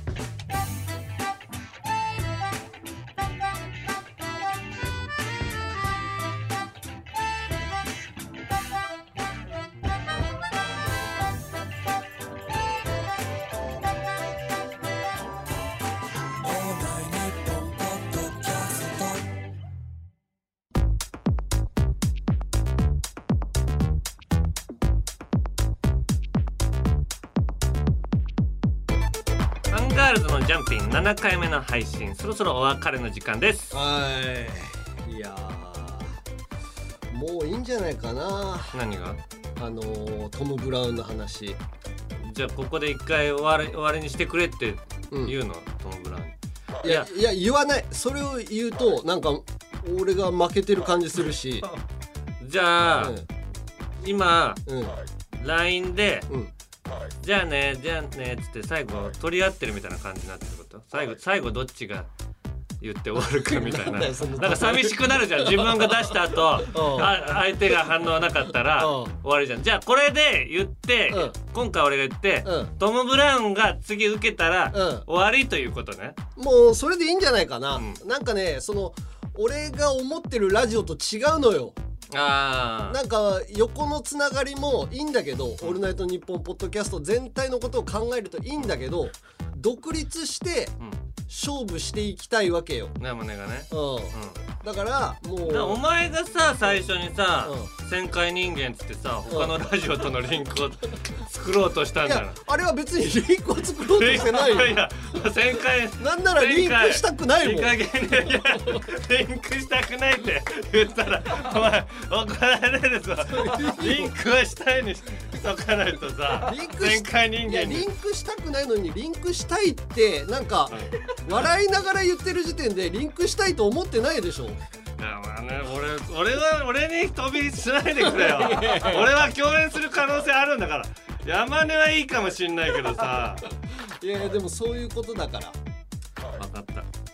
Speaker 1: ガールズのジャンピンななかいめの配信、そろそろお別れの時間です。
Speaker 2: はい、いやもういいんじゃないかな。
Speaker 1: 何が？
Speaker 2: あのー、トム・ブラウンの話。
Speaker 1: じゃあここで一回終わり、終わりにしてくれって言うの、うん、トム・ブラウン。
Speaker 2: いやいや言わない。それを言うとなんか俺が負けてる感じするし。
Speaker 1: じゃあ、うん、今、うん、ライン で、うんじゃあねじゃあねっつって最後取り合ってるみたいな感じになってること。最後最後どっちが言って終わるかみたいな。なんか寂しくなるじゃん。自分が出した後あ相手が反応なかったら終わりじゃん。じゃあこれで言って、うん、今回俺が言って、うん、トム・ブラウンが次受けたら、うん、終わりということね。
Speaker 2: もうそれでいいんじゃないかな、うん、なんかねその俺が思ってるラジオと違うのよ。
Speaker 1: あ
Speaker 2: なんか横のつながりもいいんだけど、うん、オールナイトニッポンポッドキャスト全体のことを考えるといいんだけど、独立して勝負していきたいわけよ。
Speaker 1: 山根がね、
Speaker 2: うんうん、だからもう
Speaker 1: だお前がさ最初にさ、うん、旋回人間っつってさ他のラジオとのリンクを作ろうとしたんだよ。
Speaker 2: あれは別にリンクを作ろうとしてないよ。
Speaker 1: いや旋回
Speaker 2: なんならリンクしたくないもん。いい加減
Speaker 1: にリンクしたくないって言ったらお前怒られるぞ。リンクはしたいにしとかないとさ。
Speaker 2: リンク
Speaker 1: 旋回人間に
Speaker 2: いやリンクしたくないのにリンクしたいってなんか笑いながら言ってる時点でリンクしたいと思ってないでしょ。
Speaker 1: いやまあね、俺俺は俺に飛びしないでくれよ。俺は共演する可能性あるんだから。山根はいいかもしんないけどさ。
Speaker 2: いやいやでもそういうことだから。
Speaker 1: 分かった、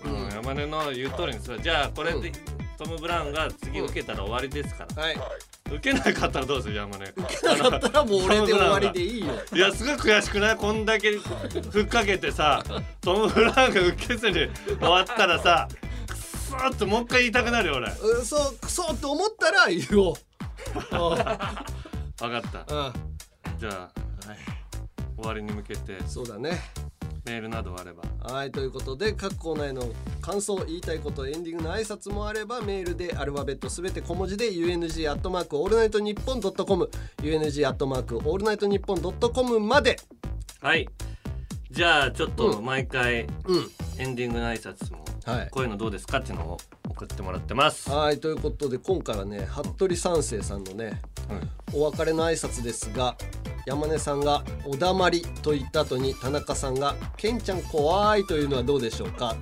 Speaker 1: うん、山根の言う通りにする。じゃあこれで、うん、トム・ブラウンが次受けたら終わりですから、うん、はい、受けなかったらどうする山根。
Speaker 2: 受けなかったらもう俺で終わりでいいよ。
Speaker 1: いやすごい悔しくない？こんだけふっかけてさトム・ブラウンが受けずに終わったらさクソーってもう一回言いたくなるよ俺。
Speaker 2: うん、そうクソって思ったら言おう。
Speaker 1: 分かった、うん、じゃあ、はい、終わりに向けて
Speaker 2: そうだね
Speaker 1: メールなどあれば。
Speaker 2: はいということで各コーナーへの感想言いたいことエンディングの挨拶もあればメールでアルファベットすべて小文字で ユーエヌジー アットマークオールナイトニッポンドットコム ユーエヌジー アットマークオールナイトニッポンドットコムまで。
Speaker 1: はいじゃあちょっと毎回、うん、エンディングの挨拶も、はい、こういうのどうですかっていうのを送ってもらってます。
Speaker 2: はいということで今回はね服部三世さんのね、うん、お別れの挨拶ですが山根さんがおだまりと言った後に田中さんがケンちゃん怖いというのはどうでしょうか。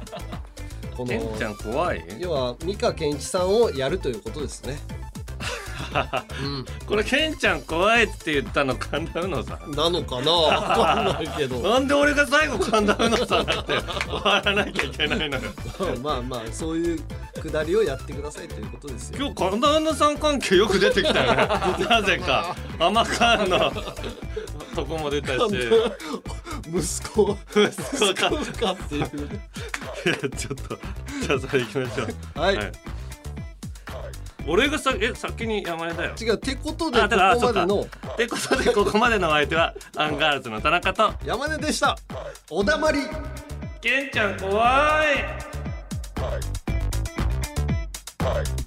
Speaker 1: このケンちゃん怖い、
Speaker 2: 要は美香健一さんをやるということですね。 うん、
Speaker 1: これケンちゃん怖いって言ったの神田うのさん
Speaker 2: なのかな、わかんないけど
Speaker 1: なんで俺が最後神田うのさんだって終わらなきゃいけないのよ
Speaker 2: まあまあそういうくだりをやってくださいということですよ。
Speaker 1: 今日神田うのさん関係よく出てきたよねなぜかアマカンのとこも出たし
Speaker 2: 息子
Speaker 1: 息子か
Speaker 2: かっていういや
Speaker 1: ちょっとじゃあそれ行きましょう
Speaker 2: はい、
Speaker 1: はい、俺がさえ先に山根だよ。
Speaker 2: 違うってことでここまでの
Speaker 1: ってことでここまでのお相手はアンガールズの田中と
Speaker 2: 山根でした。おだまり
Speaker 1: ケンちゃん怖い。